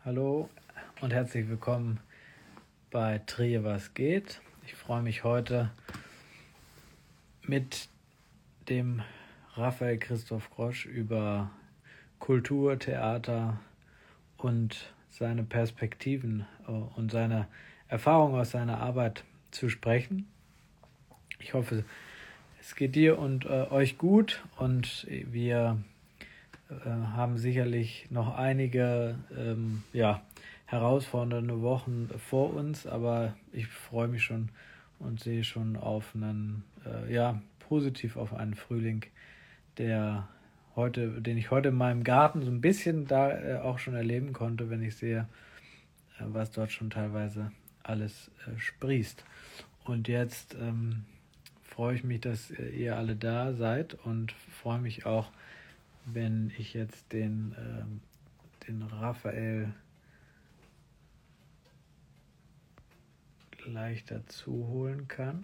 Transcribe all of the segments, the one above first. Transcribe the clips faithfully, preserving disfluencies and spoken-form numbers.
Hallo und herzlich willkommen bei Trier was geht. Ich freue mich heute mit dem Raphael Christoph Grosch über Kultur, Theater und seine Perspektiven und seine Erfahrungen aus seiner Arbeit zu sprechen. Ich hoffe, es geht dir und äh, euch gut und wir äh, haben sicherlich noch einige ähm, ja, herausfordernde Wochen vor uns, aber ich freue mich schon und sehe schon auf einen, äh, ja, positiv auf einen Frühling, der heute, den ich heute in meinem Garten so ein bisschen da äh, auch schon erleben konnte, wenn ich sehe, äh, was dort schon teilweise alles äh, sprießt. Und jetzt ähm, freue ich mich, dass ihr alle da seid und freue mich auch, wenn ich jetzt den, ähm, den Raphael gleich dazu holen kann.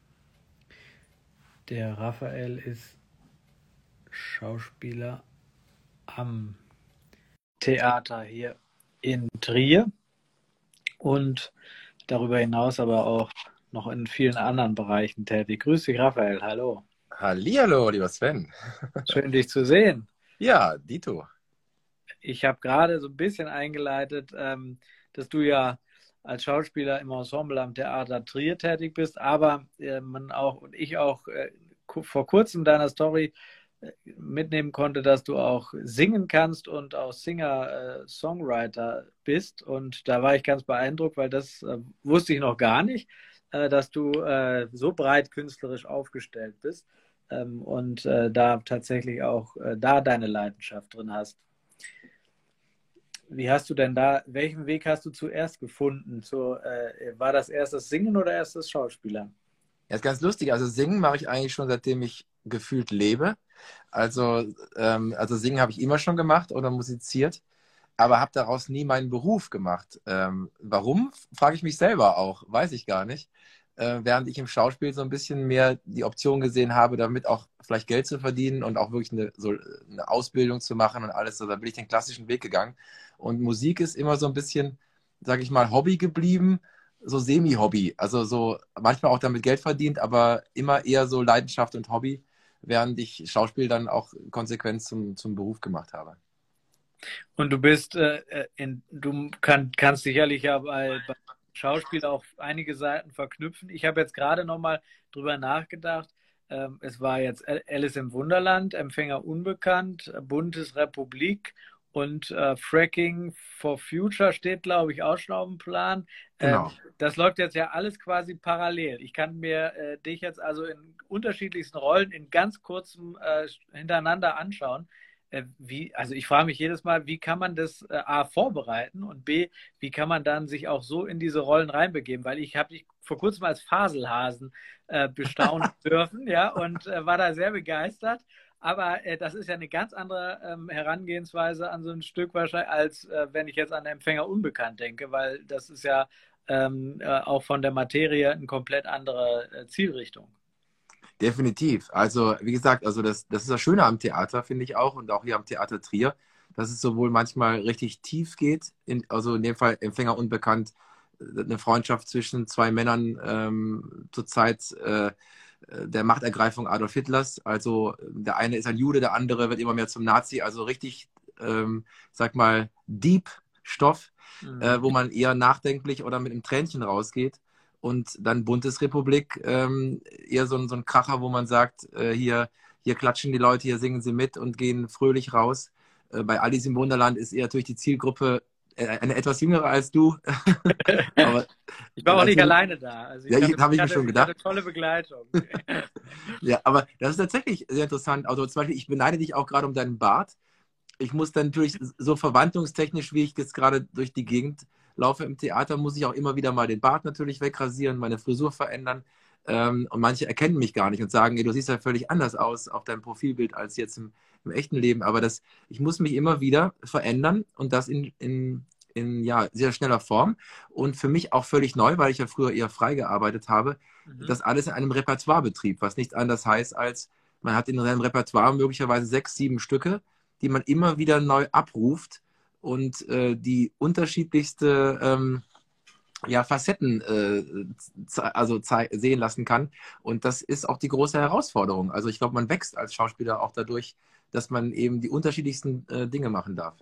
Der Raphael ist Schauspieler am Theater hier in Trier und darüber hinaus aber auch noch in vielen anderen Bereichen tätig. Grüß dich, Raphael. Hallo. Hallihallo, lieber Sven. Schön, dich zu sehen. Ja, dito. Ich habe gerade so ein bisschen eingeleitet, ähm, dass du ja als Schauspieler im Ensemble am Theater Trier tätig bist, aber äh, man auch und ich auch äh, vor kurzem deiner Story äh, mitnehmen konnte, dass du auch singen kannst und auch Singer-Songwriter äh, bist. Und da war ich ganz beeindruckt, weil das äh, wusste ich noch gar nicht, äh, dass du äh, so breit künstlerisch aufgestellt bist ähm, und äh, da tatsächlich auch äh, da deine Leidenschaft drin hast. Wie hast du denn da, welchen Weg hast du zuerst gefunden? Zu, äh, war das erst das Singen oder erst das Schauspielern? Ja, ist ganz lustig. Also singen mache ich eigentlich schon, seitdem ich gefühlt lebe. Also, ähm, also singen habe ich immer schon gemacht oder musiziert, aber habe daraus nie meinen Beruf gemacht. Ähm, warum, frage ich mich selber auch, weiß ich gar nicht. Äh, während ich im Schauspiel so ein bisschen mehr die Option gesehen habe, damit auch vielleicht Geld zu verdienen und auch wirklich eine, so eine Ausbildung zu machen und alles. So, da bin ich den klassischen Weg gegangen. Und Musik ist immer so ein bisschen, sage ich mal, Hobby geblieben, so Semi-Hobby. Also so manchmal auch damit Geld verdient, aber immer eher so Leidenschaft und Hobby, während ich Schauspiel dann auch konsequent zum, zum Beruf gemacht habe. Und du bist, äh, äh, in, du kann, kannst sicherlich ja bei, bei Schauspiel auch einige Seiten verknüpfen. Ich habe jetzt gerade nochmal drüber nachgedacht. Ähm, es war jetzt Alice im Wunderland, Empfänger unbekannt, Bundesrepublik und äh, Fracking for Future steht, glaube ich, auch schon auf dem Plan. Ähm, Genau. das läuft jetzt ja alles quasi parallel. Ich kann mir äh, dich jetzt also in unterschiedlichsten Rollen in ganz kurzem äh, hintereinander anschauen. Äh, wie, also ich frage mich jedes Mal, wie kann man das äh, A vorbereiten und B, wie kann man dann sich auch so in diese Rollen reinbegeben? Weil ich habe dich vor kurzem als Faselhasen äh, bestaunen dürfen, ja, und äh, war da sehr begeistert. Aber äh, das ist ja eine ganz andere ähm, Herangehensweise an so ein Stück wahrscheinlich, als äh, wenn ich jetzt an Empfänger unbekannt denke, weil das ist ja ähm, äh, auch von der Materie eine komplett andere äh, Zielrichtung. Definitiv. Also, wie gesagt, also das, das ist das Schöne am Theater, finde ich auch, und auch hier am Theater Trier, dass es sowohl manchmal richtig tief geht, in, also in dem Fall Empfänger unbekannt, äh, eine Freundschaft zwischen zwei Männern ähm, zur Zeit äh, der Machtergreifung Adolf Hitlers. Also der eine ist ein Jude, der andere wird immer mehr zum Nazi. Also richtig, ähm, sag mal, Deep Stoff, äh, Mhm. wo man eher nachdenklich oder mit einem Tränchen rausgeht. Und dann Bundesrepublik, ähm, eher so ein, so ein Kracher, wo man sagt, äh, hier, hier klatschen die Leute, hier singen sie mit und gehen fröhlich raus. Äh, bei Alice im Wunderland ist eher natürlich die Zielgruppe äh, eine etwas jüngere als du. Aber Ich war auch nicht natürlich, alleine da. Also ja, ich ich, hatte, habe ich ich mir hatte, schon ich hatte gedacht. tolle Begleitung. Ja, aber das ist tatsächlich sehr interessant. Also zum Beispiel, ich beneide dich auch gerade um deinen Bart. Ich muss dann natürlich so verwandlungstechnisch, wie ich jetzt gerade durch die Gegend laufe im Theater, muss ich auch immer wieder mal den Bart natürlich wegrasieren, meine Frisur verändern. Ähm, und manche erkennen mich gar nicht und sagen, ey, du siehst ja völlig anders aus auf deinem Profilbild als jetzt im, im echten Leben. Aber das, ich muss mich immer wieder verändern und das in, in, in ja, sehr schneller Form. Und für mich auch völlig neu, weil ich ja früher eher frei gearbeitet habe, Mhm. das alles in einem Repertoirebetrieb, was nichts anderes heißt als, man hat in seinem Repertoire möglicherweise sechs, sieben Stücke, die man immer wieder neu abruft und äh, die unterschiedlichste ähm, ja, Facetten äh, also sehen lassen kann. Und das ist auch die große Herausforderung. Also ich glaube, man wächst als Schauspieler auch dadurch, dass man eben die unterschiedlichsten äh, Dinge machen darf.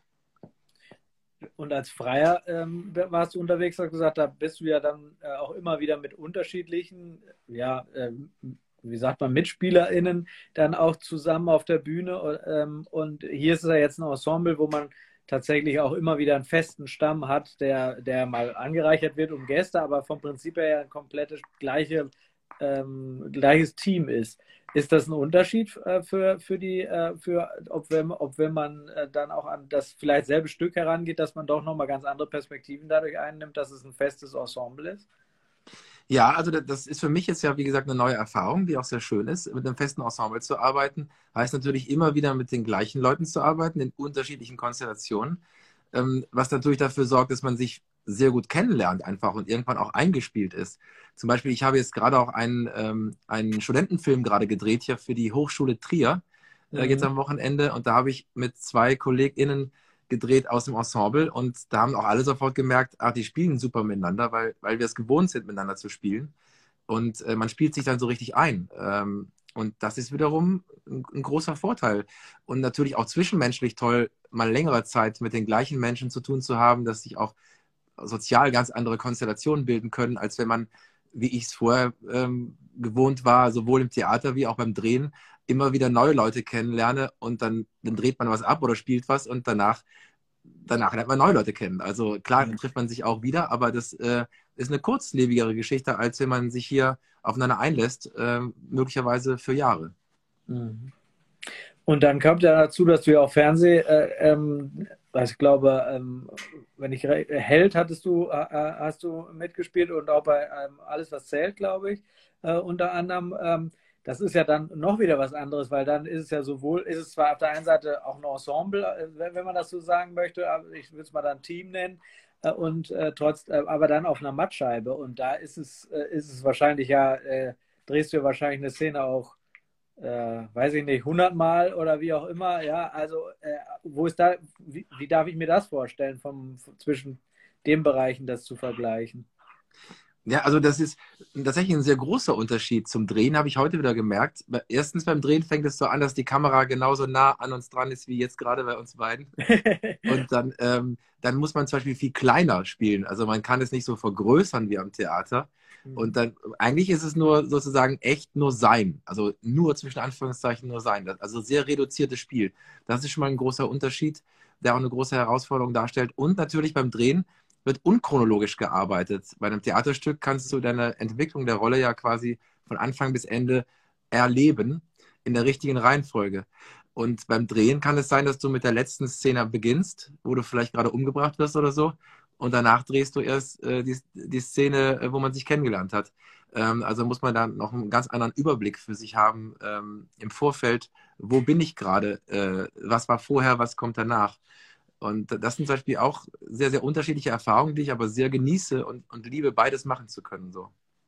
Und als Freier ähm, warst du unterwegs, hast gesagt, da bist du ja dann äh, auch immer wieder mit unterschiedlichen, ja, ähm, wie sagt man, MitspielerInnen dann auch zusammen auf der Bühne. Ähm, und hier ist es ja jetzt ein Ensemble, wo man tatsächlich auch immer wieder einen festen Stamm hat, der, der mal angereichert wird um Gäste, aber vom Prinzip her ja ein komplettes gleiche, ähm, gleiches Team ist. Ist das ein Unterschied äh, für, für die, äh, für, ob wenn, ob wenn man äh, dann auch an das vielleicht selbe Stück herangeht, dass man doch nochmal ganz andere Perspektiven dadurch einnimmt, dass es ein festes Ensemble ist? Ja, also das ist für mich jetzt ja, wie gesagt, eine neue Erfahrung, die auch sehr schön ist. Mit einem festen Ensemble zu arbeiten, heißt natürlich immer wieder mit den gleichen Leuten zu arbeiten, in unterschiedlichen Konstellationen, ähm, was natürlich dafür sorgt, dass man sich sehr gut kennenlernt einfach und irgendwann auch eingespielt ist. Zum Beispiel, ich habe jetzt gerade auch einen, ähm, einen Studentenfilm gerade gedreht hier für die Hochschule Trier, äh, jetzt Mhm. am Wochenende, und da habe ich mit zwei KollegInnen gedreht aus dem Ensemble, und da haben auch alle sofort gemerkt, ah, die spielen super miteinander, weil, weil wir es gewohnt sind, miteinander zu spielen. Und äh, man spielt sich dann so richtig ein. Ähm, und das ist wiederum ein, ein großer Vorteil. Und natürlich auch zwischenmenschlich toll, mal längere Zeit mit den gleichen Menschen zu tun zu haben, dass sich auch sozial ganz andere Konstellationen bilden können, als wenn man, wie ich es vorher ähm, gewohnt war, sowohl im Theater wie auch beim Drehen, immer wieder neue Leute kennenlerne, und dann, dann dreht man was ab oder spielt was, und danach, danach lernt man neue Leute kennen. Also klar trifft man sich auch wieder, aber das äh, ist eine kurzlebigere Geschichte, als wenn man sich hier aufeinander einlässt, äh, möglicherweise für Jahre. Mhm. Und dann kommt ja dazu, dass du ja auch Fernseh, äh, ähm, also ich glaube, ähm, wenn ich re- Held hattest du, äh, hast du mitgespielt und auch bei ähm, Alles, was zählt, glaube ich, äh, unter anderem. Ähm, das ist ja dann noch wieder was anderes, weil dann ist es ja sowohl, ist es zwar auf der einen Seite auch ein Ensemble, äh, wenn wenn man das so sagen möchte, aber ich würde es mal dann Team nennen, äh, und äh, trotz, äh, aber dann auf einer Mattscheibe. Und da ist es, äh, ist es wahrscheinlich ja, äh, drehst du ja wahrscheinlich eine Szene auch äh, weiß ich nicht, hundert Mal oder wie auch immer, ja, also äh, wo ist da, wie, wie darf ich mir das vorstellen, vom, zwischen den Bereichen das zu vergleichen? Ja, also das ist tatsächlich ein sehr großer Unterschied zum Drehen, habe ich heute wieder gemerkt. Erstens, beim Drehen fängt es so an, dass die Kamera genauso nah an uns dran ist wie jetzt gerade bei uns beiden. Und dann, ähm, dann muss man zum Beispiel viel kleiner spielen. Also man kann es nicht so vergrößern wie am Theater. Und dann, eigentlich ist es nur sozusagen echt nur sein. Also nur zwischen Anführungszeichen nur sein. Also sehr reduziertes Spiel. Das ist schon mal ein großer Unterschied, der auch eine große Herausforderung darstellt. Und natürlich beim Drehen wird unchronologisch gearbeitet. Bei einem Theaterstück kannst du deine Entwicklung der Rolle ja quasi von Anfang bis Ende erleben in der richtigen Reihenfolge. Und beim Drehen kann es sein, dass du mit der letzten Szene beginnst, wo du vielleicht gerade umgebracht wirst oder so. Und danach drehst du erst äh, die, die Szene, äh, wo man sich kennengelernt hat. Ähm, also muss man da noch einen ganz anderen Überblick für sich haben ähm, im Vorfeld. Wo bin ich gerade? Äh, was war vorher? Was kommt danach? Und das sind zum Beispiel auch sehr, sehr unterschiedliche Erfahrungen, die ich aber sehr genieße und, und liebe, beides machen zu können. So.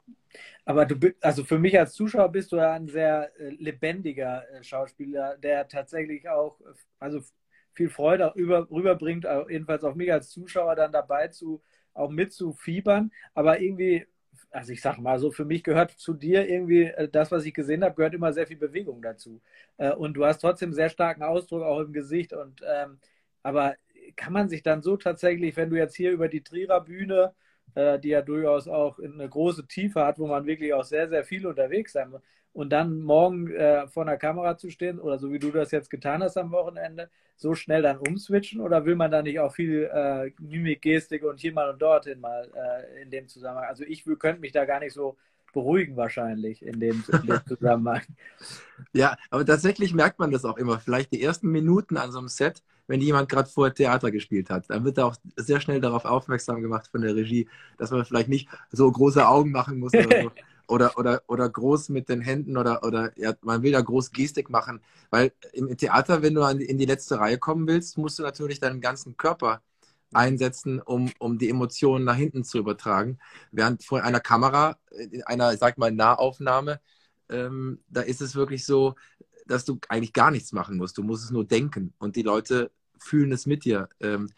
Aber du bist, also für mich als Zuschauer bist du ja ein sehr äh, lebendiger äh, Schauspieler, der tatsächlich auch, äh, also viel Freude auch über, rüberbringt, auch jedenfalls auf mich als Zuschauer dann dabei zu, auch mitzufiebern. Aber irgendwie, also ich sag mal so, für mich gehört zu dir irgendwie, äh, das, was ich gesehen habe, gehört immer sehr viel Bewegung dazu. Äh, und du hast trotzdem sehr starken Ausdruck auch im Gesicht. Und ähm, aber kann man sich dann so tatsächlich, wenn du jetzt hier über die Trierer Bühne, äh, die ja durchaus auch eine große Tiefe hat, wo man wirklich auch sehr, sehr viel unterwegs sein muss. Und dann morgen äh, vor einer Kamera zu stehen, oder so wie du das jetzt getan hast am Wochenende, so schnell dann umswitchen, oder will man da nicht auch viel äh, Mimik, Gestik und hier mal und dorthin mal äh, in dem Zusammenhang? Also ich könnte mich da gar nicht so beruhigen wahrscheinlich in dem, in dem Zusammenhang. Ja, aber tatsächlich merkt man das auch immer. Vielleicht die ersten Minuten an so einem Set, wenn jemand gerade vorher Theater gespielt hat, dann wird er auch sehr schnell darauf aufmerksam gemacht von der Regie, dass man vielleicht nicht so große Augen machen muss oder so. Oder, oder, oder groß mit den Händen oder, oder ja, man will da groß Gestik machen. Weil im Theater, wenn du in die letzte Reihe kommen willst, musst du natürlich deinen ganzen Körper einsetzen, um, um die Emotionen nach hinten zu übertragen. Während vor einer Kamera, in einer, sag mal, Nahaufnahme, ähm, da ist es wirklich so, dass du eigentlich gar nichts machen musst. Du musst es nur denken und die Leute fühlen es mit dir. Ähm,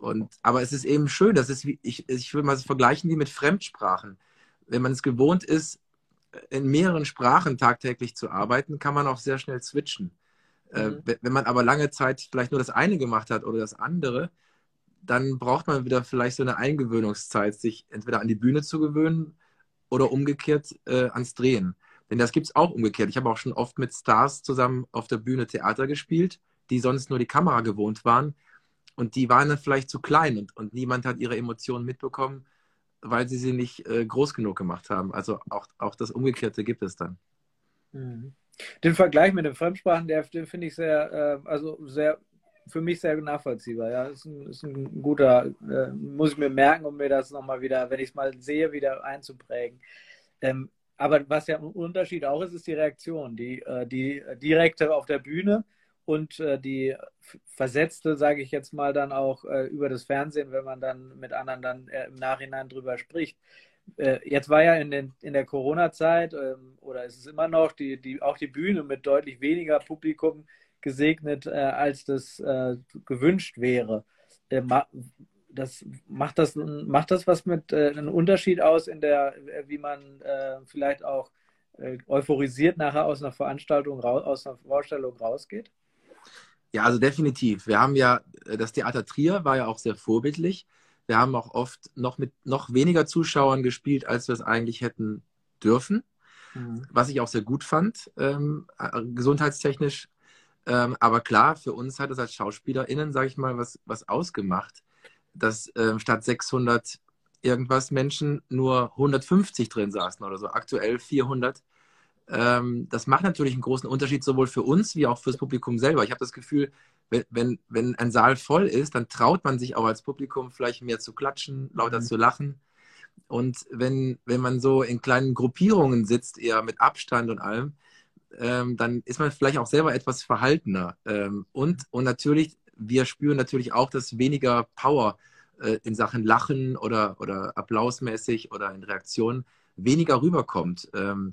Und, aber es ist eben schön, das ist wie, ich, ich würde mal so vergleichen wie mit Fremdsprachen. Wenn man es gewohnt ist, in mehreren Sprachen tagtäglich zu arbeiten, kann man auch sehr schnell switchen. Äh, Mhm. wenn man aber lange Zeit vielleicht nur das eine gemacht hat oder das andere, dann braucht man wieder vielleicht so eine Eingewöhnungszeit, sich entweder an die Bühne zu gewöhnen oder umgekehrt äh, ans Drehen. Denn das gibt es auch umgekehrt. Ich habe auch schon oft mit Stars zusammen auf der Bühne Theater gespielt, die sonst nur die Kamera gewohnt waren. Und die waren dann vielleicht zu klein und, und niemand hat ihre Emotionen mitbekommen, weil sie sie nicht äh, groß genug gemacht haben. Also auch, auch das Umgekehrte gibt es dann. Mhm. Den Vergleich mit den Fremdsprachen, der, den finde ich sehr, äh, also sehr, für mich sehr nachvollziehbar. Ja, ist ein, ist ein guter, äh, muss ich mir merken, um mir das nochmal wieder, wenn ich es mal sehe, wieder einzuprägen. Ähm, aber was ja ein Unterschied auch ist, ist die Reaktion, die, äh, die direkte auf der Bühne und äh, die versetzte, sage ich jetzt mal, dann auch äh, über das Fernsehen, wenn man dann mit anderen dann äh, im Nachhinein drüber spricht. Äh, jetzt war ja in, den, in der Corona-Zeit ähm, oder ist es immer noch die, die, auch die Bühne mit deutlich weniger Publikum gesegnet, äh, als das äh, gewünscht wäre. Äh, ma das, macht, das, macht das was mit äh, einem Unterschied aus in der, äh, wie man äh, vielleicht auch äh, euphorisiert nachher aus einer Veranstaltung, aus einer Vorstellung rausgeht? Ja, also definitiv. Wir haben ja, äh, das Theater Trier war ja auch sehr vorbildlich. Wir haben auch oft noch mit noch weniger Zuschauern gespielt, als wir es eigentlich hätten dürfen, Mhm. was ich auch sehr gut fand, ähm, äh, gesundheitstechnisch. Ähm, aber klar, für uns hat es als SchauspielerInnen, sage ich mal, was, was ausgemacht, dass ähm, statt sechshundert irgendwas Menschen nur hundertfünfzig drin saßen oder so, aktuell vierhundert. Ähm, das macht natürlich einen großen Unterschied, sowohl für uns wie auch fürs Publikum selber. Ich habe das Gefühl, wenn, wenn, wenn ein Saal voll ist, dann traut man sich auch als Publikum vielleicht mehr zu klatschen, lauter Mhm. zu lachen. Und wenn, wenn man so in kleinen Gruppierungen sitzt, eher mit Abstand und allem, ähm, dann ist man vielleicht auch selber etwas verhaltener. Ähm, und, und natürlich, wir spüren natürlich auch, dass weniger Power äh, in Sachen Lachen oder, oder applausmäßig oder in Reaktionen weniger rüberkommt. Ähm,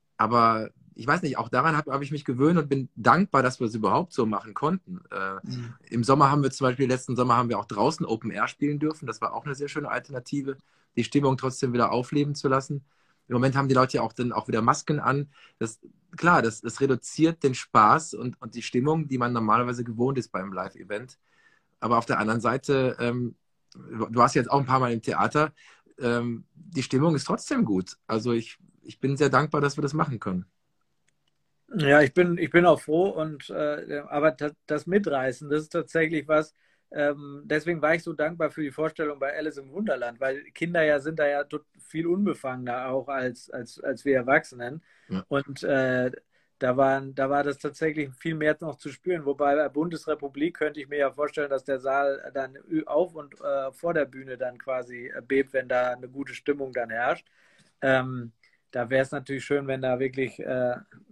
aber ich weiß nicht, auch daran habe hab ich mich gewöhnt und bin dankbar, dass wir es überhaupt so machen konnten. Äh, Mhm. Im Sommer haben wir zum Beispiel, letzten Sommer haben wir auch draußen Open Air spielen dürfen. Das war auch eine sehr schöne Alternative, die Stimmung trotzdem wieder aufleben zu lassen. Im Moment haben die Leute ja auch dann auch wieder Masken an. Das, klar, das, das reduziert den Spaß und, und die Stimmung, die man normalerweise gewohnt ist beim Live-Event. Aber auf der anderen Seite, ähm, du warst jetzt auch ein paar Mal im Theater, ähm, die Stimmung ist trotzdem gut. Also ich, ich bin sehr dankbar, dass wir das machen können. Ja, ich bin, ich bin auch froh und äh, aber das, das Mitreißen, das ist tatsächlich was. Ähm, deswegen war ich so dankbar für die Vorstellung bei Alice im Wunderland, weil Kinder ja sind da ja tot- viel unbefangener auch als, als, als wir Erwachsenen. Ja. Und äh, da waren, da war das tatsächlich viel mehr noch zu spüren. Wobei bei Bundesrepublik könnte ich mir ja vorstellen, dass der Saal dann auf und äh, vor der Bühne dann quasi bebt, wenn da eine gute Stimmung dann herrscht. Ähm, Da wäre es natürlich schön, wenn da wirklich äh,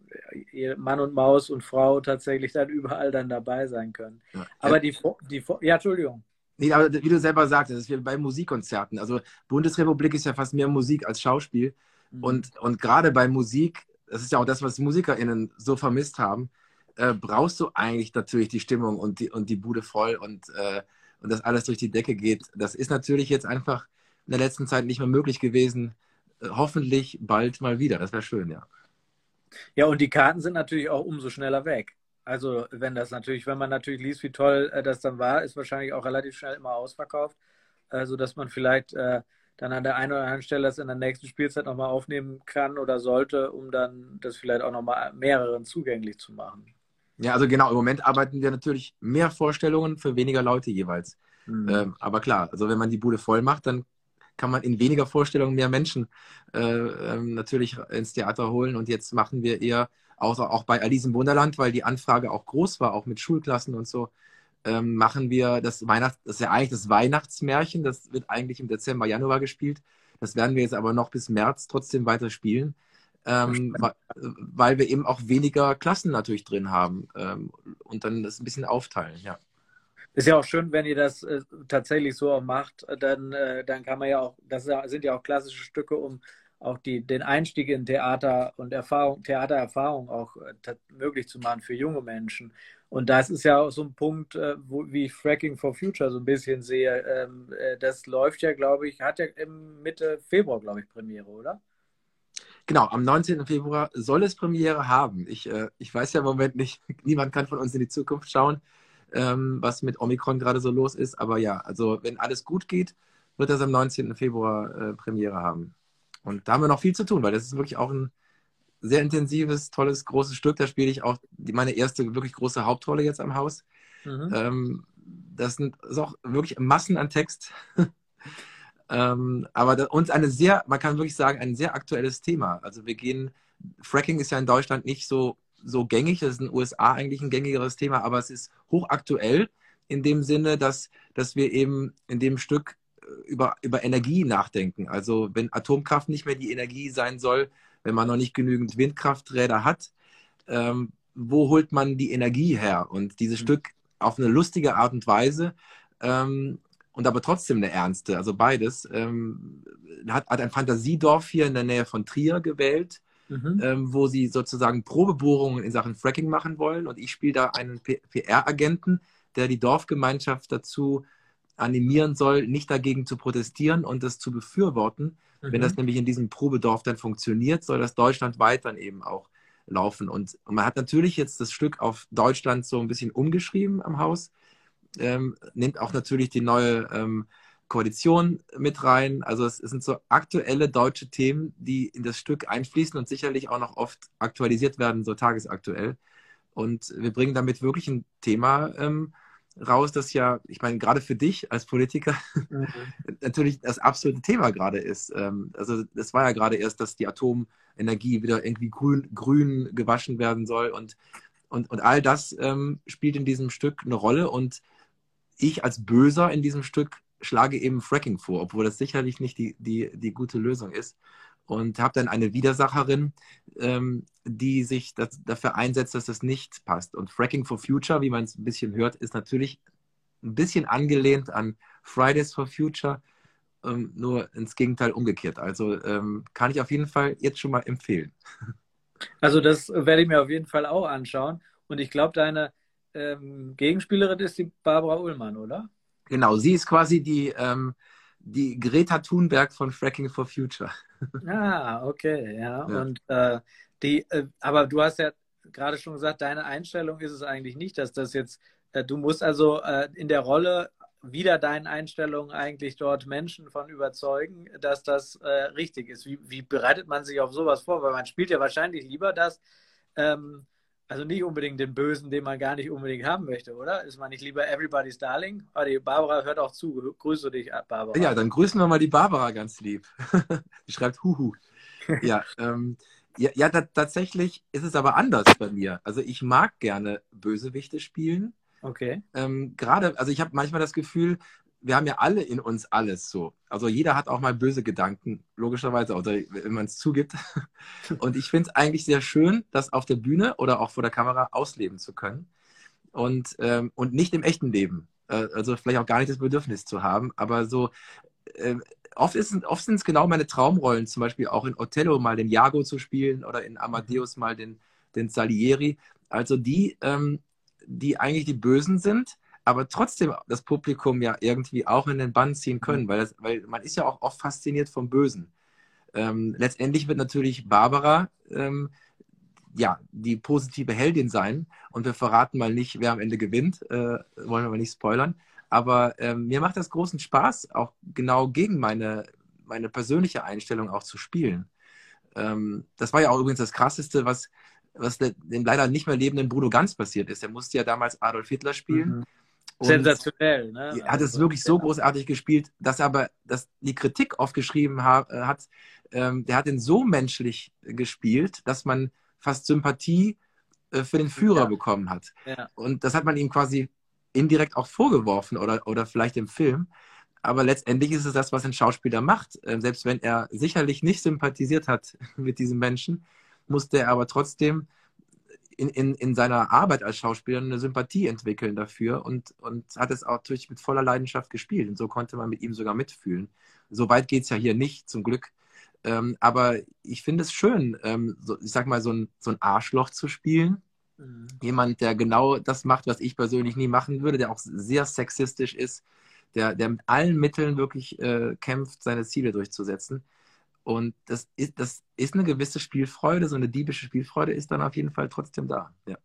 Mann und Maus und Frau tatsächlich dann überall dann dabei sein können. Ja. Aber die, die ja, Entschuldigung. Nee, aber wie du selber sagst, das ist wie bei Musikkonzerten. Also Bundesrepublik ist ja fast mehr Musik als Schauspiel. Mhm. Und, und gerade bei Musik, das ist ja auch das, was MusikerInnen so vermisst haben, äh, brauchst du eigentlich natürlich die Stimmung und die, und die Bude voll und, äh, und dass alles durch die Decke geht. Das ist natürlich jetzt einfach in der letzten Zeit nicht mehr möglich gewesen. Äh, hoffentlich bald mal wieder. Das wäre schön, ja. Ja, und die Karten sind natürlich auch umso schneller weg. Also, wenn das natürlich, wenn man natürlich liest, wie toll äh, das dann war, ist wahrscheinlich auch relativ schnell immer ausverkauft, äh, sodass man vielleicht äh, dann an der einen oder anderen Stelle das in der nächsten Spielzeit nochmal aufnehmen kann oder sollte, um dann das vielleicht auch nochmal mehreren zugänglich zu machen. Ja, also genau, im Moment arbeiten wir natürlich mehr Vorstellungen für weniger Leute jeweils. Mhm. Ähm, aber klar, also wenn man die Bude voll macht, dann kann man in weniger Vorstellungen mehr Menschen äh, ähm, natürlich ins Theater holen. Und jetzt machen wir eher, auch, auch bei Alice im Wunderland, weil die Anfrage auch groß war, auch mit Schulklassen und so, ähm, machen wir das Weihnachts-, das ist ja eigentlich das Weihnachtsmärchen, das wird eigentlich im Dezember, Januar gespielt. Das werden wir jetzt aber noch bis März trotzdem weiter spielen, ähm, wa- weil wir eben auch weniger Klassen natürlich drin haben ähm, und dann das ein bisschen aufteilen, ja. Ist ja auch schön, wenn ihr das äh, tatsächlich so auch macht, äh, dann, äh, dann kann man ja auch, das sind ja auch klassische Stücke, um auch die, den Einstieg in Theater und Erfahrung, Theatererfahrung auch äh, möglich zu machen für junge Menschen. Und das ist ja auch so ein Punkt, äh, wo, wie ich Fracking for Future so ein bisschen sehe. Ähm, äh, das läuft ja, glaube ich, hat ja im Mitte Februar, glaube ich, Premiere, oder? Genau, am neunzehnten Februar soll es Premiere haben. Ich, äh, ich weiß ja im Moment nicht, niemand kann von uns in die Zukunft schauen, ähm, was mit Omikron gerade so los ist. Aber ja, also wenn alles gut geht, wird das am neunzehnten Februar äh, Premiere haben. Und da haben wir noch viel zu tun, weil das ist wirklich auch ein sehr intensives, tolles, großes Stück. Da spiele ich auch die, meine erste wirklich große Hauptrolle jetzt am Haus. Mhm. Ähm, das sind, ist auch wirklich Massen an Text. Ähm, aber da, uns eine sehr, man kann wirklich sagen, ein sehr aktuelles Thema. Also wir gehen, Fracking ist ja in Deutschland nicht so, so gängig, das ist in den U S A eigentlich ein gängigeres Thema, aber es ist hochaktuell in dem Sinne, dass, dass wir eben in dem Stück äh, über, über Energie nachdenken. Also wenn Atomkraft nicht mehr die Energie sein soll, wenn man noch nicht genügend Windkrafträder hat, ähm, wo holt man die Energie her? Und dieses Stück auf eine lustige Art und Weise ähm, und aber trotzdem eine ernste, also beides, ähm, hat, hat ein Fantasiedorf hier in der Nähe von Trier gewählt, Mhm. ähm, wo sie sozusagen Probebohrungen in Sachen Fracking machen wollen. Und ich spiele da einen P R-Agenten, der die Dorfgemeinschaft dazu animieren soll, nicht dagegen zu protestieren und das zu befürworten. Wenn das Mhm. nämlich in diesem Probedorf dann funktioniert, soll das deutschlandweit dann eben auch laufen. Und, und man hat natürlich jetzt das Stück auf Deutschland so ein bisschen umgeschrieben am Haus, ähm, nimmt auch natürlich die neue ähm, Koalition mit rein. Also es, es sind so aktuelle deutsche Themen, die in das Stück einfließen und sicherlich auch noch oft aktualisiert werden, so tagesaktuell. Und wir bringen damit wirklich ein Thema ähm, raus, das ja, ich meine, gerade für dich als Politiker Mhm. natürlich das absolute Thema gerade ist. Ähm, also es war ja gerade erst, dass die Atomenergie wieder irgendwie grün, grün gewaschen werden soll und, und, und all das ähm, spielt in diesem Stück eine Rolle und ich als Böser in diesem Stück schlage eben Fracking vor, obwohl das sicherlich nicht die, die, die gute Lösung ist. Und habe dann eine Widersacherin, ähm, die sich das, dafür einsetzt, dass das nicht passt. Und Fracking for Future, wie man es ein bisschen hört, ist natürlich ein bisschen angelehnt an Fridays for Future, ähm, nur ins Gegenteil umgekehrt. Also ähm, kann ich auf jeden Fall jetzt schon mal empfehlen. Also das werde ich mir auf jeden Fall auch anschauen. Und ich glaube, deine ähm, Gegenspielerin ist die Barbara Ullmann, oder? Genau, sie ist quasi die, ähm, die Greta Thunberg von Fracking for Future. Ah, okay, ja. Ja. Und äh, die, äh, aber du hast ja gerade schon gesagt, deine Einstellung ist es eigentlich nicht, dass das jetzt, äh, du musst also äh, in der Rolle wieder deinen Einstellungen eigentlich dort Menschen von überzeugen, dass das äh, richtig ist. Wie, wie bereitet man sich auf sowas vor? Weil man spielt ja wahrscheinlich lieber das, ähm, also nicht unbedingt den Bösen, den man gar nicht unbedingt haben möchte, oder? Ist man nicht lieber Everybody's Darling? Oh, die Barbara hört auch zu. Grüße dich, Ja, Barbara. dann grüßen wir mal die Barbara ganz lieb. Die schreibt Huhu. Ja, ähm, ja, ja ta- tatsächlich ist es aber anders bei mir. Also ich mag gerne Bösewichte spielen. Okay. Ähm, gerade, also ich habe manchmal das Gefühl, wir haben ja alle in uns alles so. Also jeder hat auch mal böse Gedanken, logischerweise, oder wenn man es zugibt. Und ich finde es eigentlich sehr schön, das auf der Bühne oder auch vor der Kamera ausleben zu können. Und, ähm, und nicht im echten Leben. Äh, also vielleicht auch gar nicht das Bedürfnis zu haben, aber so äh, oft, ist, oft sind es genau meine Traumrollen, zum Beispiel auch in Othello mal den Iago zu spielen oder in Mhm. Amadeus mal den, den Salieri. Also die, ähm, die eigentlich die Bösen sind, aber trotzdem das Publikum ja irgendwie auch in den Bann ziehen können, weil, das, weil man ist ja auch oft fasziniert vom Bösen. Ähm, letztendlich wird natürlich Barbara ähm, ja, die positive Heldin sein. Und wir verraten mal nicht, wer am Ende gewinnt. Äh, wollen wir mal nicht spoilern. Aber ähm, mir macht das großen Spaß, auch genau gegen meine, meine persönliche Einstellung auch zu spielen. Ähm, das war ja auch übrigens das Krasseste, was, was dem leider nicht mehr lebenden Bruno Ganz passiert ist. Er musste ja damals Adolf Hitler spielen Mhm. und Sensationell, ne? hat es Also, wirklich so ja. großartig gespielt, dass aber dass die Kritik aufgeschrieben ha äh, hat, ähm, der hat ihn so menschlich gespielt, dass man fast Sympathie äh, für den Führer Ja, bekommen hat. ja. Und das hat man ihm quasi indirekt auch vorgeworfen oder, oder vielleicht im Film. Aber letztendlich ist es das, was ein Schauspieler macht. Äh, selbst wenn er sicherlich nicht sympathisiert hat mit diesem Menschen, musste er aber trotzdem in, in, in seiner Arbeit als Schauspieler eine Sympathie entwickeln dafür und, und hat es auch natürlich mit voller Leidenschaft gespielt. Und so konnte man mit ihm sogar mitfühlen. So weit geht es ja hier nicht, zum Glück. Ähm, aber ich finde es schön, ähm, so, ich sag mal, so ein, so ein Arschloch zu spielen, Mhm. Jemand, der genau das macht, was ich persönlich nie machen würde, der auch sehr sexistisch ist, der, der mit allen Mitteln wirklich äh, kämpft, seine Ziele durchzusetzen. Und das ist, das ist eine gewisse Spielfreude, so eine diebische Spielfreude ist dann auf jeden Fall trotzdem da. Ja.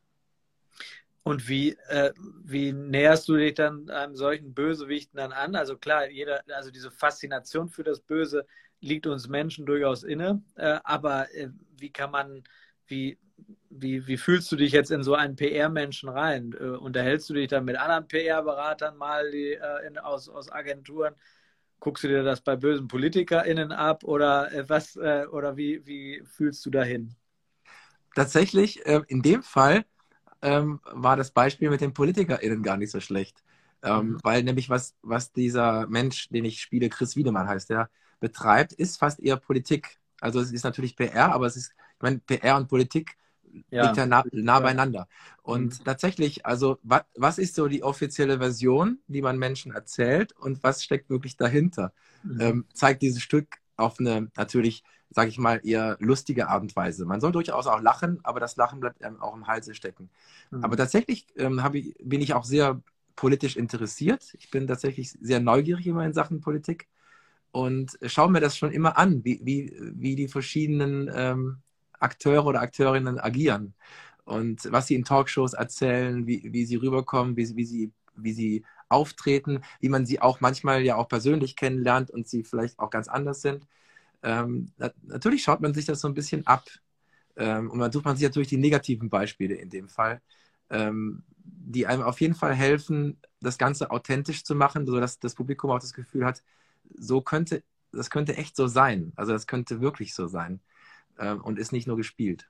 Und wie, äh, wie näherst du dich dann einem solchen Bösewichten dann an? Also klar, jeder, also diese Faszination für das Böse liegt uns Menschen durchaus inne. Äh, aber äh, wie kann man, wie, wie, wie fühlst du dich jetzt in so einen P R-Menschen rein? Äh, unterhältst du dich dann mit anderen P R-Beratern mal die, äh, in, aus, aus Agenturen? Guckst du dir das bei bösen PolitikerInnen ab oder äh, was, äh, oder wie, wie fühlst du dahin? Tatsächlich, äh, in dem Fall ähm, war das Beispiel mit den PolitikerInnen gar nicht so schlecht. Ähm, Mhm. weil nämlich was, was dieser Mensch, den ich spiele, Chris Wiedemann heißt der, betreibt, ist fast eher Politik. Also es ist natürlich P R, aber es ist, ich meine, P R und Politik liegt Ja, ja nah, nah ja. beieinander. Mhm. Und tatsächlich, also wa, was ist so die offizielle Version, die man Menschen erzählt und was steckt wirklich dahinter? Mhm. Ähm, zeigt dieses Stück auf eine natürlich, sage ich mal, eher lustige Art und Weise. Man soll durchaus auch lachen, aber das Lachen bleibt einem auch im Halse stecken. Aber Mhm. tatsächlich ähm, ich, bin ich auch sehr politisch interessiert. Ich bin tatsächlich sehr neugierig immer in Sachen Politik und schaue mir das schon immer an, wie, wie, wie die verschiedenen ähm, Akteure oder Akteurinnen agieren und was sie in Talkshows erzählen, wie, wie sie rüberkommen, wie, wie, sie, wie sie auftreten, wie man sie auch manchmal ja auch persönlich kennenlernt und sie vielleicht auch ganz anders sind. Ähm, natürlich schaut man sich das so ein bisschen ab ähm, und dann sucht man sich natürlich die negativen Beispiele in dem Fall, ähm, die einem auf jeden Fall helfen, das Ganze authentisch zu machen, sodass das Publikum auch das Gefühl hat, so könnte, das könnte echt so sein. Also das könnte wirklich so sein ähm, und ist nicht nur gespielt.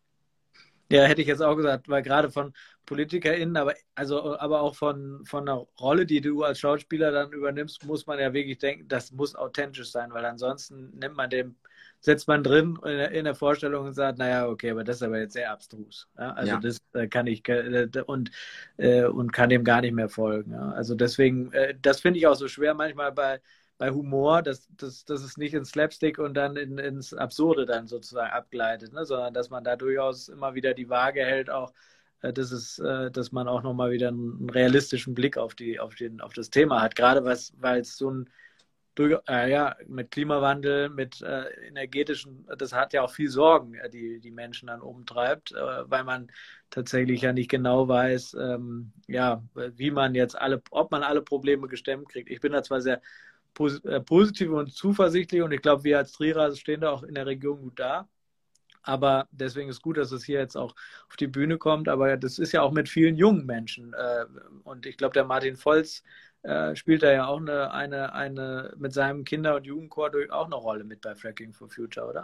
Ja, hätte ich jetzt auch gesagt, weil gerade von PolitikerInnen, aber, also, aber auch von, von einer Rolle, die du als Schauspieler dann übernimmst, muss man ja wirklich denken, das muss authentisch sein, weil ansonsten nimmt man dem, setzt man drin in der, in der Vorstellung und sagt, naja, okay, aber das ist aber jetzt sehr abstrus. Ja? Also Ja, das äh, kann ich äh, und, äh, und kann dem gar nicht mehr folgen. Ja? Also deswegen, äh, das finde ich auch so schwer manchmal bei bei Humor, dass, dass, dass es nicht ins Slapstick und dann in, ins Absurde dann sozusagen abgleitet, ne? Sondern dass man da durchaus immer wieder die Waage hält, auch äh, dass, es, äh, dass man auch nochmal wieder einen, einen realistischen Blick auf, die, auf, den, auf das Thema hat. Gerade was, weil es so ein durch, äh, ja, mit Klimawandel, mit äh, energetischen, das hat ja auch viel Sorgen, äh, die die Menschen dann umtreibt, äh, weil man tatsächlich ja nicht genau weiß, ähm, ja, wie man jetzt alle, ob man alle Probleme gestemmt kriegt. Ich bin da zwar sehr pos äh, positiv und zuversichtlich und ich glaube, wir als Trierer stehen da auch in der Region gut da. Aber deswegen ist gut, dass es hier jetzt auch auf die Bühne kommt. Aber das ist ja auch mit vielen jungen Menschen. Äh, und ich glaube, der Martin Volz äh, spielt da ja auch eine, eine, eine mit seinem Kinder- und Jugendchor durch auch eine Rolle mit bei Fracking for Future, oder?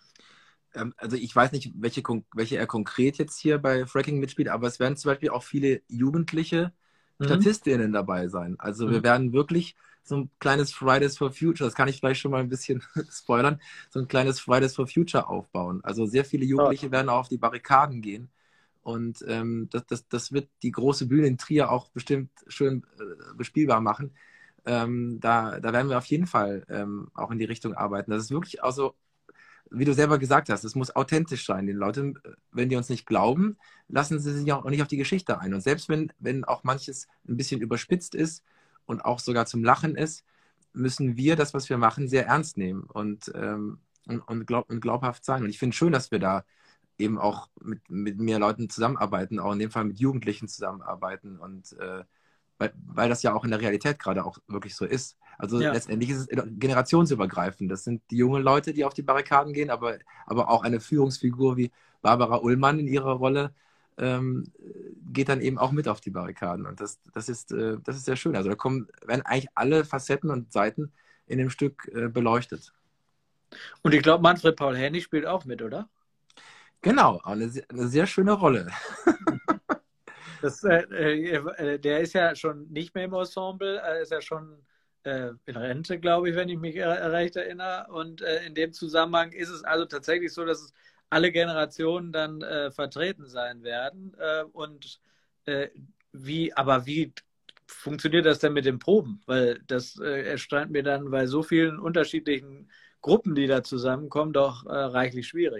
ähm, also ich weiß nicht, welche, welche er konkret jetzt hier bei Fracking mitspielt, aber es werden zum Beispiel auch viele Jugendliche Mhm. Statistinnen dabei sein. Also wir Mhm. werden wirklich so ein kleines Fridays for Future, das kann ich vielleicht schon mal ein bisschen spoilern, so ein kleines Fridays for Future aufbauen. Also sehr viele Toll. Jugendliche werden auch auf die Barrikaden gehen. Und ähm, das, das, das wird die große Bühne in Trier auch bestimmt schön äh, bespielbar machen. Ähm, da, da werden wir auf jeden Fall ähm, auch in die Richtung arbeiten. Das ist wirklich also wie du selber gesagt hast, es muss authentisch sein. Die Leute, wenn die uns nicht glauben, lassen sie sich auch nicht auf die Geschichte ein. Und selbst wenn, wenn auch manches ein bisschen überspitzt ist und auch sogar zum Lachen ist, müssen wir das, was wir machen, sehr ernst nehmen und, ähm, und, und, glaub, und glaubhaft sein. Und ich finde es schön, dass wir da eben auch mit, mit mehr Leuten zusammenarbeiten, auch in dem Fall mit Jugendlichen zusammenarbeiten und äh, weil, weil das ja auch in der Realität gerade auch wirklich so ist. Also Ja. letztendlich ist es generationsübergreifend. Das sind die jungen Leute, die auf die Barrikaden gehen, aber, aber auch eine Führungsfigur wie Barbara Ullmann in ihrer Rolle ähm, geht dann eben auch mit auf die Barrikaden. Und das, das, ist, äh, das ist sehr schön. Also da kommen, werden eigentlich alle Facetten und Seiten in dem Stück äh, beleuchtet. Und ich glaube, Manfred Paul Hennig spielt auch mit, oder? Genau, eine, eine sehr schöne Rolle. Das, äh, äh, der ist ja schon nicht mehr im Ensemble, äh, ist ja schon äh, in Rente, glaube ich, wenn ich mich äh, recht erinnere. Und äh, in dem Zusammenhang ist es also tatsächlich so, dass es alle Generationen dann äh, vertreten sein werden. Äh, und äh, wie, aber wie funktioniert das denn mit den Proben? Weil das äh, erscheint mir dann bei so vielen unterschiedlichen Gruppen, die da zusammenkommen, doch äh, reichlich schwierig.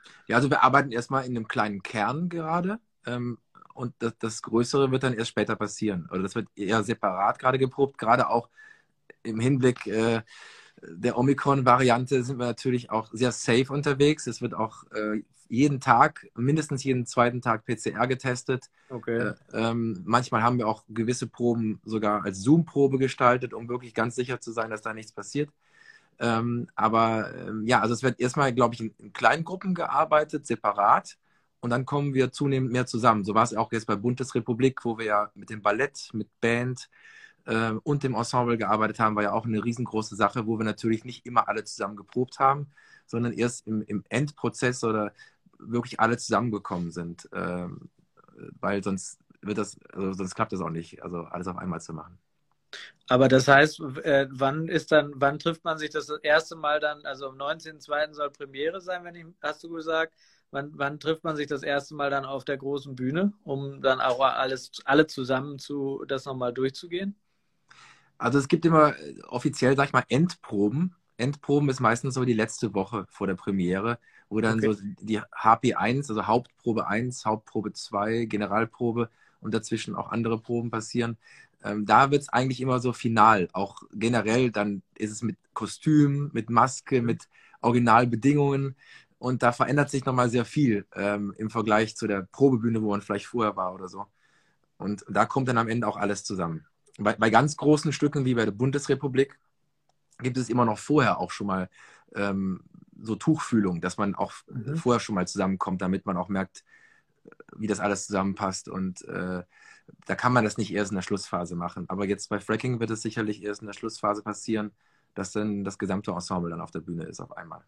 Ja, also wir arbeiten erstmal in einem kleinen Kern gerade. Ähm, und das, das Größere wird dann erst später passieren. Oder das wird eher separat gerade geprobt, gerade auch im Hinblick äh, der Omikron-Variante sind wir natürlich auch sehr safe unterwegs. Es wird auch äh, jeden Tag, mindestens jeden zweiten Tag P C R getestet. Okay. Äh, ähm, manchmal haben wir auch gewisse Proben sogar als Zoom-Probe gestaltet, um wirklich ganz sicher zu sein, dass da nichts passiert. Ähm, aber ähm, ja, also es wird erstmal, glaube ich, in, in kleinen Gruppen gearbeitet, separat. Und dann kommen wir zunehmend mehr zusammen. So war es auch jetzt bei Bundesrepublik, wo wir ja mit dem Ballett, mit Band, äh, und dem Ensemble gearbeitet haben, war ja auch eine riesengroße Sache, wo wir natürlich nicht immer alle zusammen geprobt haben, sondern erst im, im Endprozess oder wirklich alle zusammengekommen sind. Ähm, weil sonst wird das, also sonst klappt das auch nicht, also alles auf einmal zu machen. Aber das heißt, äh, wann ist dann, wann trifft man sich das erste Mal dann, also am neunzehnten zweiten soll Premiere sein, wenn ich, hast du gesagt? Wann, wann trifft man sich das erste Mal dann auf der großen Bühne, um dann auch alles, alle zusammen zu, das nochmal durchzugehen? Also es gibt immer äh, offiziell, sag ich mal, Endproben. Endproben ist meistens so die letzte Woche vor der Premiere, wo dann Okay. so die H P eins, also Hauptprobe eins, Hauptprobe zwei, Generalprobe und dazwischen auch andere Proben passieren. Ähm, da wird es eigentlich immer so final. Auch generell, dann ist es mit Kostüm, mit Maske, Mhm. mit Originalbedingungen. Und da verändert sich nochmal sehr viel ähm, im Vergleich zu der Probebühne, wo man vielleicht vorher war oder so. Und da kommt dann am Ende auch alles zusammen. Bei, bei ganz großen Stücken wie bei der Bundesrepublik gibt es immer noch vorher auch schon mal ähm, so Tuchfühlung, dass man auch Mhm. vorher schon mal zusammenkommt, damit man auch merkt, wie das alles zusammenpasst. Und äh, da kann man das nicht erst in der Schlussphase machen. Aber jetzt bei Fracking wird es sicherlich erst in der Schlussphase passieren, dass dann das gesamte Ensemble dann auf der Bühne ist auf einmal.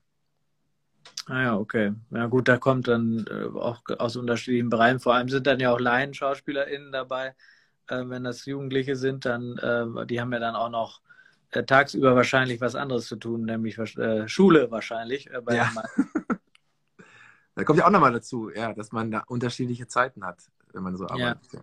Ah ja, okay. Ja gut, da kommt dann äh, auch aus unterschiedlichen Bereichen. Vor allem sind dann ja auch LaienschauspielerInnen dabei. Äh, wenn das Jugendliche sind, dann, äh, die haben ja dann auch noch äh, tagsüber wahrscheinlich was anderes zu tun, nämlich äh, Schule wahrscheinlich äh, bei Ja, den meisten. da kommt ja auch nochmal dazu, ja, dass man da unterschiedliche Zeiten hat, wenn man so Ja. arbeitet. Ja.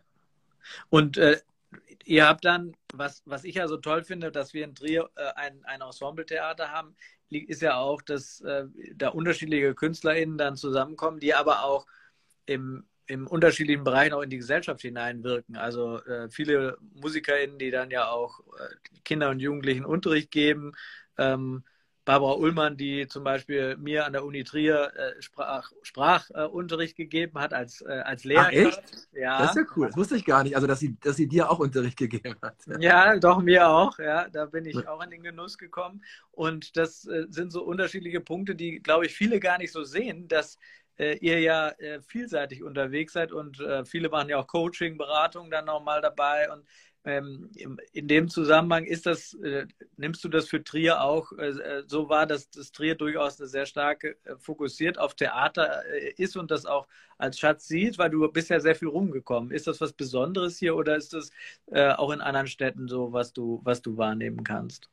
Und äh, ihr habt dann, was, was ich ja so toll finde, dass wir in Trier äh, ein, ein Ensemble-Theater haben, ist ja auch, dass äh, da unterschiedliche KünstlerInnen dann zusammenkommen, die aber auch im, im unterschiedlichen Bereichen auch in die Gesellschaft hineinwirken. Also äh, viele MusikerInnen, die dann ja auch äh, Kinder und Jugendlichen Unterricht geben. Ähm, Barbara Ullmann, die zum Beispiel mir an der Uni Trier äh, Sprach, Sprachunterricht äh, gegeben hat als, äh, als Ach, echt? Lehrkraft. Das ist Ja, ja cool. Das wusste ich gar nicht. Also, dass sie, dass sie dir auch Unterricht gegeben hat. ja, doch, mir auch. Ja, da bin ich auch in den Genuss gekommen. Und das äh, sind so unterschiedliche Punkte, die, glaube ich, viele gar nicht so sehen, dass äh, ihr ja äh, vielseitig unterwegs seid und äh, viele machen ja auch Coaching, Beratung dann nochmal dabei. Und ähm, in dem Zusammenhang ist das, äh, nimmst du das für Trier auch äh, so wahr, dass das Trier durchaus eine sehr starke äh, fokussiert auf Theater äh, ist und das auch als Schatz sieht, weil du bist ja sehr viel rumgekommen. Ist das was Besonderes hier oder ist das äh, auch in anderen Städten so, was du, was du wahrnehmen kannst?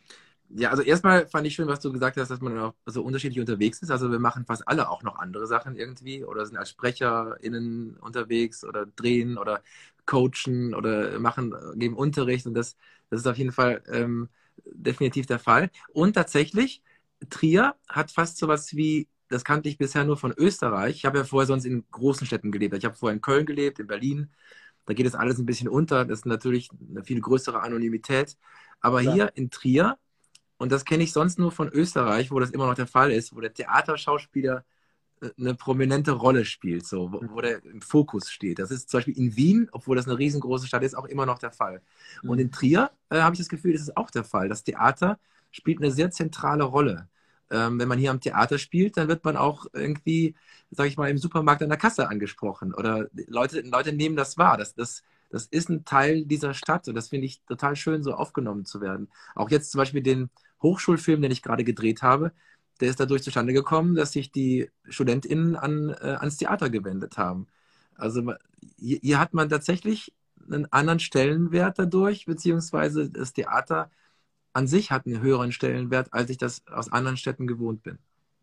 Ja, also erstmal fand ich schön, was du gesagt hast, dass man auch so unterschiedlich unterwegs ist. Also wir machen fast alle auch noch andere Sachen irgendwie oder sind als SprecherInnen unterwegs oder drehen oder coachen oder machen, geben Unterricht und das, das ist auf jeden Fall ähm, definitiv der Fall. Und tatsächlich, Trier hat fast sowas wie, das kannte ich bisher nur von Österreich. Ich habe ja vorher sonst in großen Städten gelebt. Ich habe vorher in Köln gelebt, in Berlin. Da geht es alles ein bisschen unter. Das ist natürlich eine viel größere Anonymität. Aber Klar. hier in Trier, und das kenne ich sonst nur von Österreich, wo das immer noch der Fall ist, wo der Theaterschauspieler äh, eine prominente Rolle spielt, so, wo, wo der im Fokus steht. Das ist zum Beispiel in Wien, obwohl das eine riesengroße Stadt ist, auch immer noch der Fall. Und in Mhm. Trier äh, habe ich das Gefühl, das ist auch der Fall. Das Theater spielt eine sehr zentrale Rolle. Ähm, wenn man hier am Theater spielt, dann wird man auch irgendwie, sage ich mal, im Supermarkt an der Kasse angesprochen. Oder Leute, Leute nehmen das wahr. Das, das, das ist ein Teil dieser Stadt und das finde ich total schön, so aufgenommen zu werden. Auch jetzt zum Beispiel den Hochschulfilm, den ich gerade gedreht habe, der ist dadurch zustande gekommen, dass sich die StudentInnen an, äh, ans Theater gewendet haben. Also hier, hier hat man tatsächlich einen anderen Stellenwert dadurch, beziehungsweise das Theater an sich hat einen höheren Stellenwert, als ich das aus anderen Städten gewohnt bin.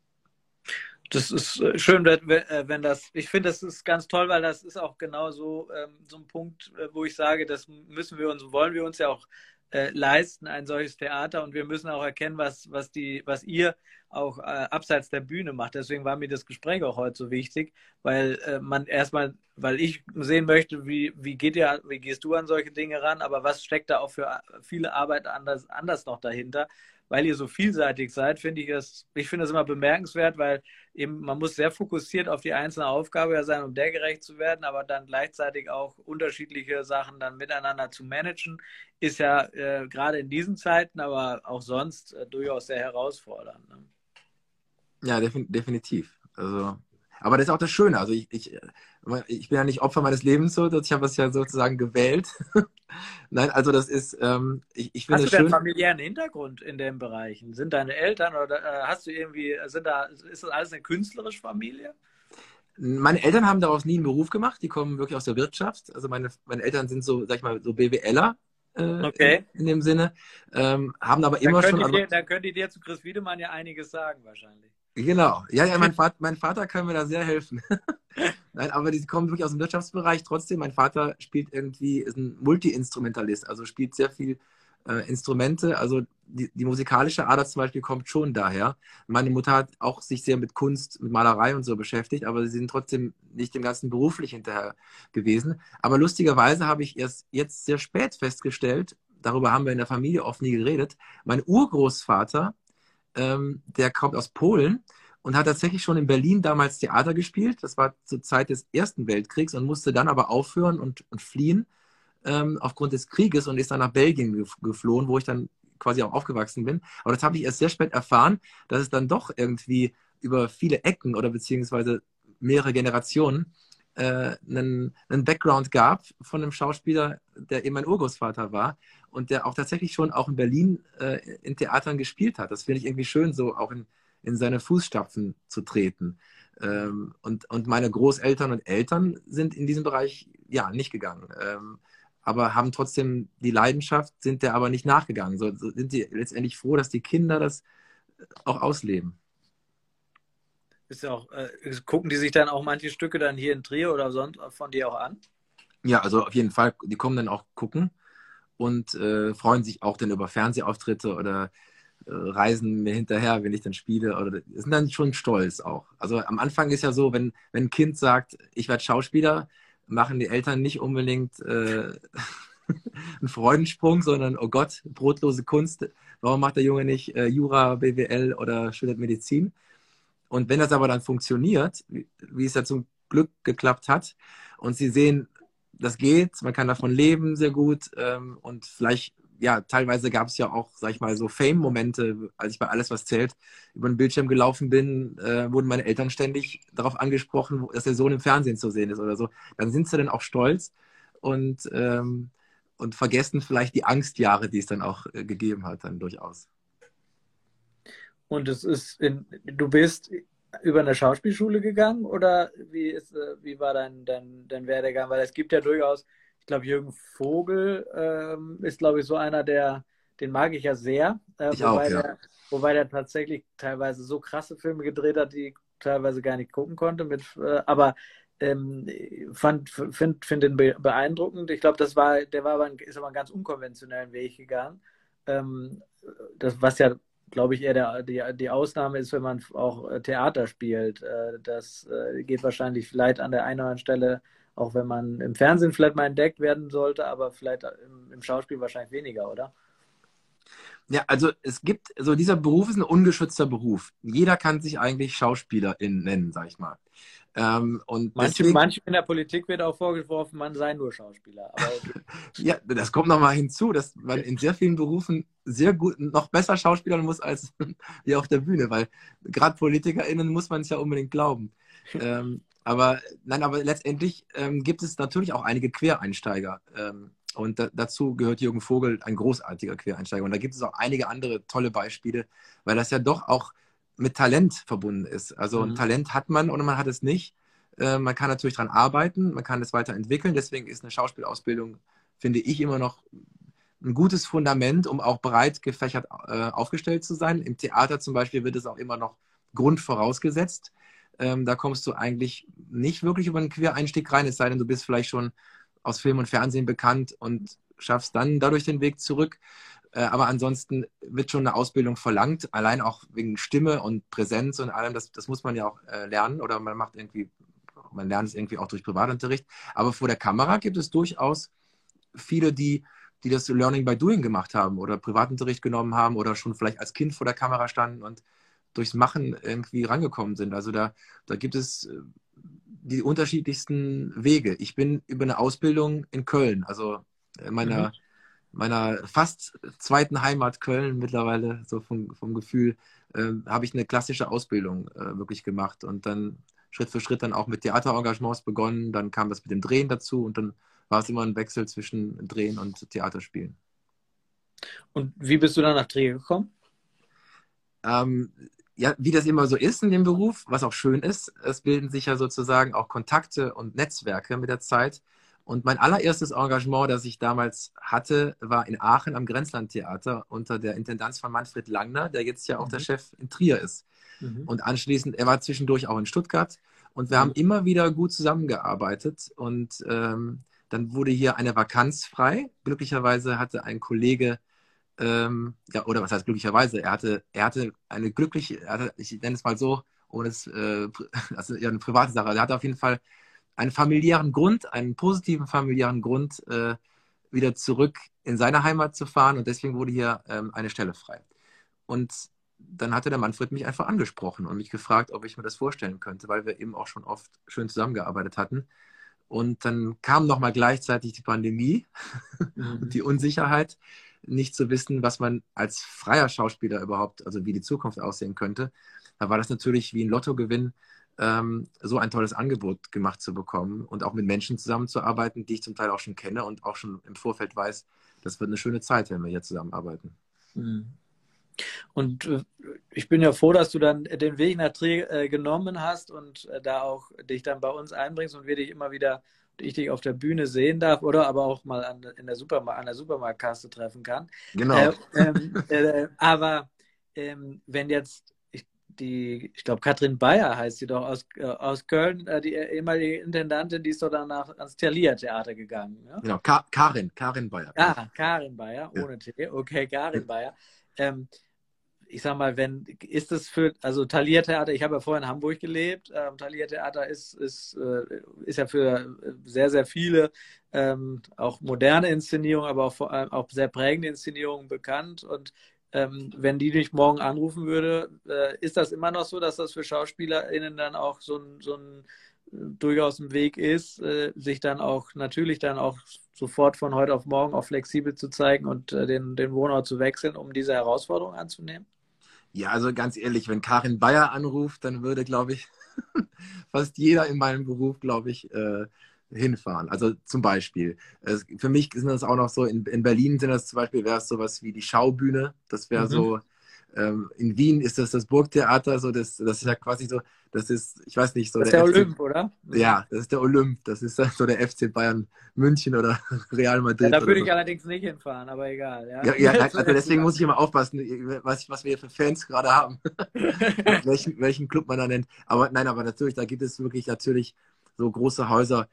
Das ist äh, schön, wenn, äh, wenn das, ich finde, das ist ganz toll, weil das ist auch genau so, ähm, so ein Punkt, äh, wo ich sage, das müssen wir uns, wollen wir uns ja auch äh, leisten ein solches Theater und wir müssen auch erkennen, was, was, die, was ihr auch äh, abseits der Bühne macht. Deswegen war mir das Gespräch auch heute so wichtig, weil äh, man erstmal, weil ich sehen möchte, wie, wie, geht ihr, wie gehst du an solche Dinge ran, aber was steckt da auch für viele Arbeit anders, anders noch dahinter? Weil ihr so vielseitig seid, finde ich es, ich finde es immer bemerkenswert, weil eben man muss sehr fokussiert auf die einzelne Aufgabe ja sein, um der gerecht zu werden, aber dann gleichzeitig auch unterschiedliche Sachen dann miteinander zu managen, ist ja äh, gerade in diesen Zeiten, aber auch sonst äh, durchaus sehr herausfordernd. Ne? Ja, defin definitiv. Also, aber das ist auch das Schöne. Also ich, ich, ich bin ja nicht Opfer meines Lebens, so, ich habe es ja sozusagen gewählt. Nein, also das ist, ähm, ich, ich finde Hast du es denn schön. familiären Hintergrund in den Bereichen? Sind deine Eltern oder äh, hast du irgendwie, sind da, ist das alles eine künstlerische Familie? Meine Eltern haben daraus nie einen Beruf gemacht, die kommen wirklich aus der Wirtschaft. Also meine, meine Eltern sind so, sag ich mal, so BWLer äh, in, Okay. in dem Sinne, ähm, haben aber Dann immer könnt schon, ihr also, dir, dann könnt ihr dir zu Chris Wiedemann ja einiges sagen wahrscheinlich. genau, ja, ja, mein Vater, mein Vater kann mir da sehr helfen. Nein, aber die kommen wirklich aus dem Wirtschaftsbereich trotzdem. Mein Vater spielt irgendwie, ist ein Multi-Instrumentalist, also spielt sehr viel äh, Instrumente. Also die, die musikalische Ader zum Beispiel kommt schon daher. Meine Mutter hat auch sich sehr mit Kunst, mit Malerei und so beschäftigt, aber sie sind trotzdem nicht dem Ganzen beruflich hinterher gewesen. Aber lustigerweise habe ich erst jetzt sehr spät festgestellt, darüber haben wir in der Familie oft nie geredet, mein Urgroßvater, ähm, der kommt aus Polen und hat tatsächlich schon in Berlin damals Theater gespielt. Das war zur Zeit des Ersten Weltkriegs und musste dann aber aufhören und, und fliehen ähm, aufgrund des Krieges und ist dann nach Belgien gef geflohen, wo ich dann quasi auch aufgewachsen bin. Aber das habe ich erst sehr spät erfahren, dass es dann doch irgendwie über viele Ecken oder beziehungsweise mehrere Generationen äh, einen, einen Background gab von einem Schauspieler, der eben mein Urgroßvater war und der auch tatsächlich schon auch in Berlin äh, in Theatern gespielt hat. Das finde ich irgendwie schön, so auch in, in seine Fußstapfen zu treten. Ähm, und, und meine Großeltern und Eltern sind in diesem Bereich ja nicht gegangen. Ähm, aber haben trotzdem die Leidenschaft, sind der aber nicht nachgegangen. So, so sind sie letztendlich froh, dass die Kinder das auch ausleben. Ist ja auch, äh, gucken die sich dann auch manche Stücke dann hier in Trier oder sonst von dir auch an? Ja, also auf jeden Fall, die kommen dann auch gucken und äh, freuen sich auch dann über Fernsehauftritte oder äh, reisen mir hinterher, wenn ich dann spiele. Oder sind dann schon stolz auch. Also am Anfang ist ja so, wenn, wenn ein Kind sagt, ich werde Schauspieler, machen die Eltern nicht unbedingt äh, einen Freudensprung, sondern, oh Gott, brotlose Kunst, warum macht der Junge nicht äh, Jura, B W L oder studiert Medizin? Und wenn das aber dann funktioniert, wie, wie es ja zum Glück geklappt hat, und sie sehen, das geht, man kann davon leben sehr gut ähm, und vielleicht, ja, teilweise gab es ja auch, sag ich mal, so Fame-Momente, als ich bei Alles, was zählt, über den Bildschirm gelaufen bin, äh, wurden meine Eltern ständig darauf angesprochen, dass der Sohn im Fernsehen zu sehen ist oder so. Dann sind sie dann auch stolz und, ähm, und vergessen vielleicht die Angstjahre, die es dann auch äh, gegeben hat, dann durchaus. Und es ist in, du bist über eine Schauspielschule gegangen oder wie ist, äh, wie war dein, dein, dein Werdegang? Weil es gibt ja durchaus, ich glaube, Jürgen Vogel ähm, ist, glaube ich, so einer, der, den mag ich ja sehr, äh, Ich auch, wobei ja. der, wobei der tatsächlich teilweise so krasse Filme gedreht hat, die ich teilweise gar nicht gucken konnte. Mit, äh, aber ähm, fand, find, find den beeindruckend. Ich glaube, das war, der war aber ein, ist aber einen ganz unkonventionellen Weg gegangen. Ähm, das, was ja glaube ich, eher der, die, die Ausnahme ist, wenn man auch äh, Theater spielt. Äh, das äh, geht wahrscheinlich vielleicht an der einen oder anderen Stelle, auch wenn man im Fernsehen vielleicht mal entdeckt werden sollte, aber vielleicht im, im Schauspiel wahrscheinlich weniger, oder? Ja, also es gibt, also dieser Beruf ist ein ungeschützter Beruf. Jeder kann sich eigentlich Schauspielerin nennen, sag ich mal. Ähm, und Manche, deswegen, manche in der Politik wird auch vorgeworfen, man sei nur Schauspieler. Aber okay. ja, das kommt nochmal hinzu, dass man in sehr vielen Berufen sehr gut, noch besser schauspielern muss als wie auf der Bühne, weil gerade PolitikerInnen muss man es ja unbedingt glauben. Ähm, aber nein, aber letztendlich ähm, gibt es natürlich auch einige Quereinsteiger. Ähm, und da, dazu gehört Jürgen Vogel, ein großartiger Quereinsteiger. Und da gibt es auch einige andere tolle Beispiele, weil das ja doch auch mit Talent verbunden ist. Also ein Mhm. Talent hat man oder man hat es nicht. Äh, man kann natürlich daran arbeiten, man kann es weiterentwickeln. Deswegen ist eine Schauspielausbildung, finde ich, immer noch ein gutes Fundament, um auch breit gefächert äh, aufgestellt zu sein. Im Theater zum Beispiel wird es auch immer noch Grund vorausgesetzt. Ähm, da kommst du eigentlich nicht wirklich über einen Quereinstieg rein, es sei denn, du bist vielleicht schon aus Film und Fernsehen bekannt und schaffst dann dadurch den Weg zurück. Äh, aber ansonsten wird schon eine Ausbildung verlangt, allein auch wegen Stimme und Präsenz und allem. Das, das muss man ja auch äh, lernen oder man macht irgendwie, man lernt es irgendwie auch durch Privatunterricht. Aber vor der Kamera gibt es durchaus viele, die, die das Learning by Doing gemacht haben oder Privatunterricht genommen haben oder schon vielleicht als Kind vor der Kamera standen und durchs Machen irgendwie rangekommen sind. Also da, da gibt es die unterschiedlichsten Wege. Ich bin über eine Ausbildung in Köln, also in meiner, Mhm. meiner fast zweiten Heimat Köln mittlerweile, so vom, vom Gefühl, äh, habe ich eine klassische Ausbildung äh, wirklich gemacht und dann Schritt für Schritt dann auch mit Theaterengagements begonnen. Dann kam das mit dem Drehen dazu und dann war es immer ein Wechsel zwischen Drehen und Theaterspielen. Und wie bist du dann nach Trier gekommen? Ähm, ja, wie das immer so ist in dem Beruf, was auch schön ist, es bilden sich ja sozusagen auch Kontakte und Netzwerke mit der Zeit. Und mein allererstes Engagement, das ich damals hatte, war in Aachen am Grenzlandtheater unter der Intendanz von Manfred Langner, der jetzt ja auch der Mhm. Chef in Trier ist. Mhm. Und anschließend, er war zwischendurch auch in Stuttgart und wir Mhm. haben immer wieder gut zusammengearbeitet. Und ähm, dann wurde hier eine Vakanz frei. Glücklicherweise hatte ein Kollege ähm, ja, oder was heißt glücklicherweise, er hatte, er hatte eine glückliche, er hatte, ich nenne es mal so, ohne es, äh, also ja, eine private Sache, er hatte auf jeden Fall einen familiären Grund, einen positiven familiären Grund, äh, wieder zurück in seine Heimat zu fahren und deswegen wurde hier ähm, eine Stelle frei. Und dann hatte der Manfred mich einfach angesprochen und mich gefragt, ob ich mir das vorstellen könnte, weil wir eben auch schon oft schön zusammengearbeitet hatten. Und dann kam nochmal gleichzeitig die Pandemie und Mhm. die Unsicherheit, nicht zu wissen, was man als freier Schauspieler überhaupt, also wie die Zukunft aussehen könnte. Da war das natürlich wie ein Lottogewinn, ähm, so ein tolles Angebot gemacht zu bekommen und auch mit Menschen zusammenzuarbeiten, die ich zum Teil auch schon kenne und auch schon im Vorfeld weiß, das wird eine schöne Zeit, wenn wir hier zusammenarbeiten. Mhm. Und äh, ich bin ja froh, dass du dann den Weg nach Trier äh, genommen hast und äh, da auch dich dann bei uns einbringst und wir dich immer wieder, ich dich auf der Bühne sehen darf oder aber auch mal an, in der Supermar an der Supermarktkasse treffen kann. Genau. Äh, ähm, äh, aber ähm, wenn jetzt ich, die, ich glaube, Katrin Bayer heißt sie doch aus, äh, aus Köln, äh, die ehemalige Intendantin, die ist doch danach ans Thalia-Theater gegangen. Ja? Genau, Ka Karin, Karin Bayer. Ja. Ah, Karin Bayer, Ja. ohne T. Okay, Karin Bayer. Ähm, ich sag mal, wenn, ist es für, also Thalia Theater, ich habe ja vorher in Hamburg gelebt, ähm, Thalia Theater ist, ist, äh, ist ja für sehr, sehr viele ähm, auch moderne Inszenierungen, aber auch vor allem auch sehr prägende Inszenierungen bekannt und ähm, wenn die dich morgen anrufen würde, äh, ist das immer noch so, dass das für SchauspielerInnen dann auch so ein, so ein durchaus ein Weg ist, äh, sich dann auch natürlich dann auch sofort von heute auf morgen auch flexibel zu zeigen und äh, den, den Wohnort zu wechseln, um diese Herausforderung anzunehmen? Ja, also ganz ehrlich, wenn Karin Bayer anruft, dann würde, glaube ich, fast jeder in meinem Beruf, glaube ich, äh, hinfahren. Also zum Beispiel. Es, für mich sind das auch noch so, in, in Berlin sind das zum Beispiel, wäre es sowas wie die Schaubühne. Das wäre Mhm. so, ähm, in Wien ist das das Burgtheater, so das, das ist ja quasi so, das ist, ich weiß nicht, so Das ist der der F C, Olymp, oder? Mhm. ja, das ist der Olymp, das ist so der F C Bayern München oder Real Ja, Madrid da oder würde so. ich allerdings nicht hinfahren, aber egal, ja. Ja, ja, Zu also F C deswegen muss ich Bayern. immer aufpassen, was, was wir hier für Fans gerade haben. welchen, welchen Club man da nennt. Aber nein, aber natürlich, da gibt es wirklich natürlich so große Häuser,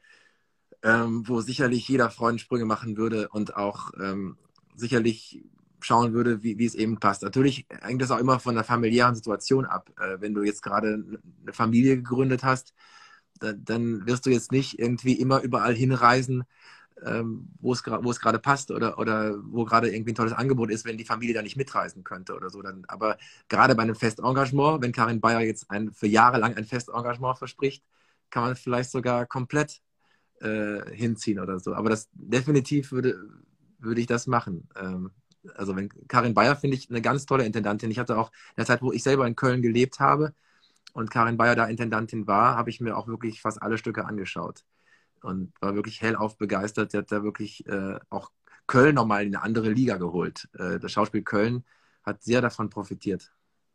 ähm, wo sicherlich jeder Freudensprünge machen würde und auch ähm, sicherlich schauen würde, wie, wie es eben passt. Natürlich hängt das auch immer von der familiären Situation ab. Äh, wenn du jetzt gerade eine Familie gegründet hast, da, dann wirst du jetzt nicht irgendwie immer überall hinreisen, ähm, wo es gra- wo es gerade passt oder, oder wo gerade irgendwie ein tolles Angebot ist, wenn die Familie da nicht mitreisen könnte oder so. Dann, aber gerade bei einem Festengagement, wenn Karin Bayer jetzt ein, für Jahre lang ein Festengagement verspricht, kann man vielleicht sogar komplett äh, hinziehen oder so. Aber das definitiv würde, würde ich das machen. Ähm, also wenn Karin Bayer finde ich eine ganz tolle Intendantin. Ich hatte auch in der Zeit, wo ich selber in Köln gelebt habe und Karin Bayer da Intendantin war, habe ich mir auch wirklich fast alle Stücke angeschaut und war wirklich hellauf begeistert. Sie hat da wirklich äh, auch Köln nochmal in eine andere Liga geholt. Äh, das Schauspiel Köln hat sehr davon profitiert.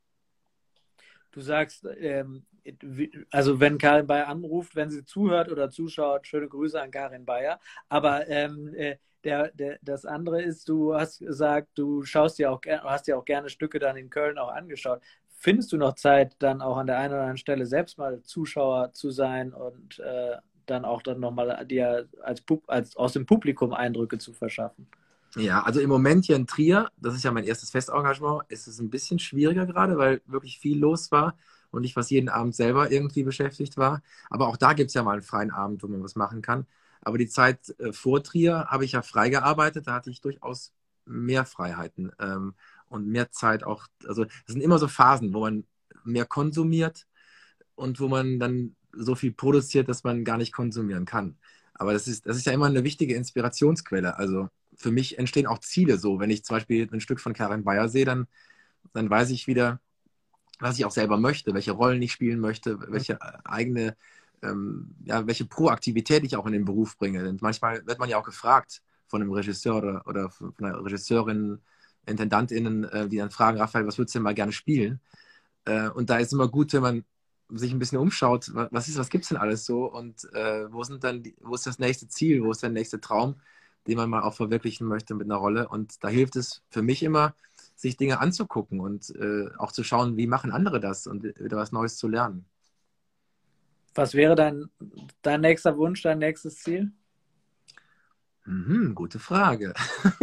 Du sagst, ähm, also wenn Karin Bayer anruft, wenn sie zuhört oder zuschaut, schöne Grüße an Karin Bayer. Aber ähm, äh, der, der, das andere ist, du hast gesagt, du schaust dir auch, hast dir auch gerne Stücke dann in Köln auch angeschaut. Findest du noch Zeit, dann auch an der einen oder anderen Stelle selbst mal Zuschauer zu sein und äh, dann auch dann nochmal dir als, Pub als aus dem Publikum Eindrücke zu verschaffen? Ja, also im Moment hier in Trier, das ist ja mein erstes Festengagement, ist es ein bisschen schwieriger gerade, weil wirklich viel los war und ich fast jeden Abend selber irgendwie beschäftigt war. Aber auch da gibt es ja mal einen freien Abend, wo man was machen kann. Aber die Zeit äh, vor Trier habe ich ja frei gearbeitet, da hatte ich durchaus mehr Freiheiten ähm, und mehr Zeit auch. Also es sind immer so Phasen, wo man mehr konsumiert und wo man dann so viel produziert, dass man gar nicht konsumieren kann. Aber das ist, das ist ja immer eine wichtige Inspirationsquelle. Also für mich entstehen auch Ziele so. Wenn ich zum Beispiel ein Stück von Karin Bayer sehe, dann, dann weiß ich wieder, was ich auch selber möchte, welche Rollen ich spielen möchte, welche eigene, ähm, ja, welche Proaktivität ich auch in den Beruf bringe. Denn manchmal wird man ja auch gefragt von einem Regisseur oder, oder von einer Regisseurin, IntendantInnen, äh, die dann fragen, Raphael, was würdest du denn mal gerne spielen? Äh, und da ist immer gut, wenn man sich ein bisschen umschaut, was ist, was gibt es denn alles so und äh, wo sind dann die, wo ist das nächste Ziel, wo ist der nächste Traum, den man mal auch verwirklichen möchte mit einer Rolle. Und da hilft es für mich immer, sich Dinge anzugucken und äh, auch zu schauen, wie machen andere das und wieder was Neues zu lernen. Was wäre dein, dein nächster Wunsch, dein nächstes Ziel? Mhm, gute Frage.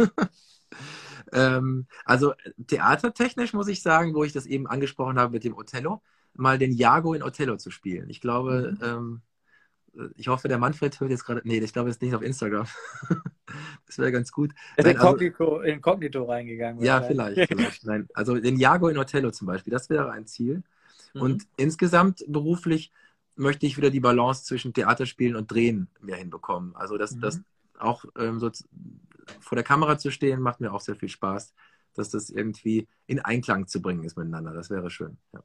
ähm, also theatertechnisch muss ich sagen, wo ich das eben angesprochen habe mit dem Othello, mal den Iago in Othello zu spielen. Ich glaube, Mhm. ähm, ich hoffe, der Manfred hört jetzt gerade. Nee, ich glaube, er ist nicht auf Instagram. Das wäre ganz gut. Ist Nein, also, Inkognito, Inkognito reingegangen ja, wahrscheinlich. vielleicht, vielleicht. Nein, also den Jago in Othello zum Beispiel, das wäre ein Ziel. Mhm. Und insgesamt beruflich möchte ich wieder die Balance zwischen Theaterspielen und Drehen mehr hinbekommen. Also, das, das Mhm. auch ähm, so vor der Kamera zu stehen, macht mir auch sehr viel Spaß, dass das irgendwie in Einklang zu bringen ist miteinander. Das wäre schön. Ja.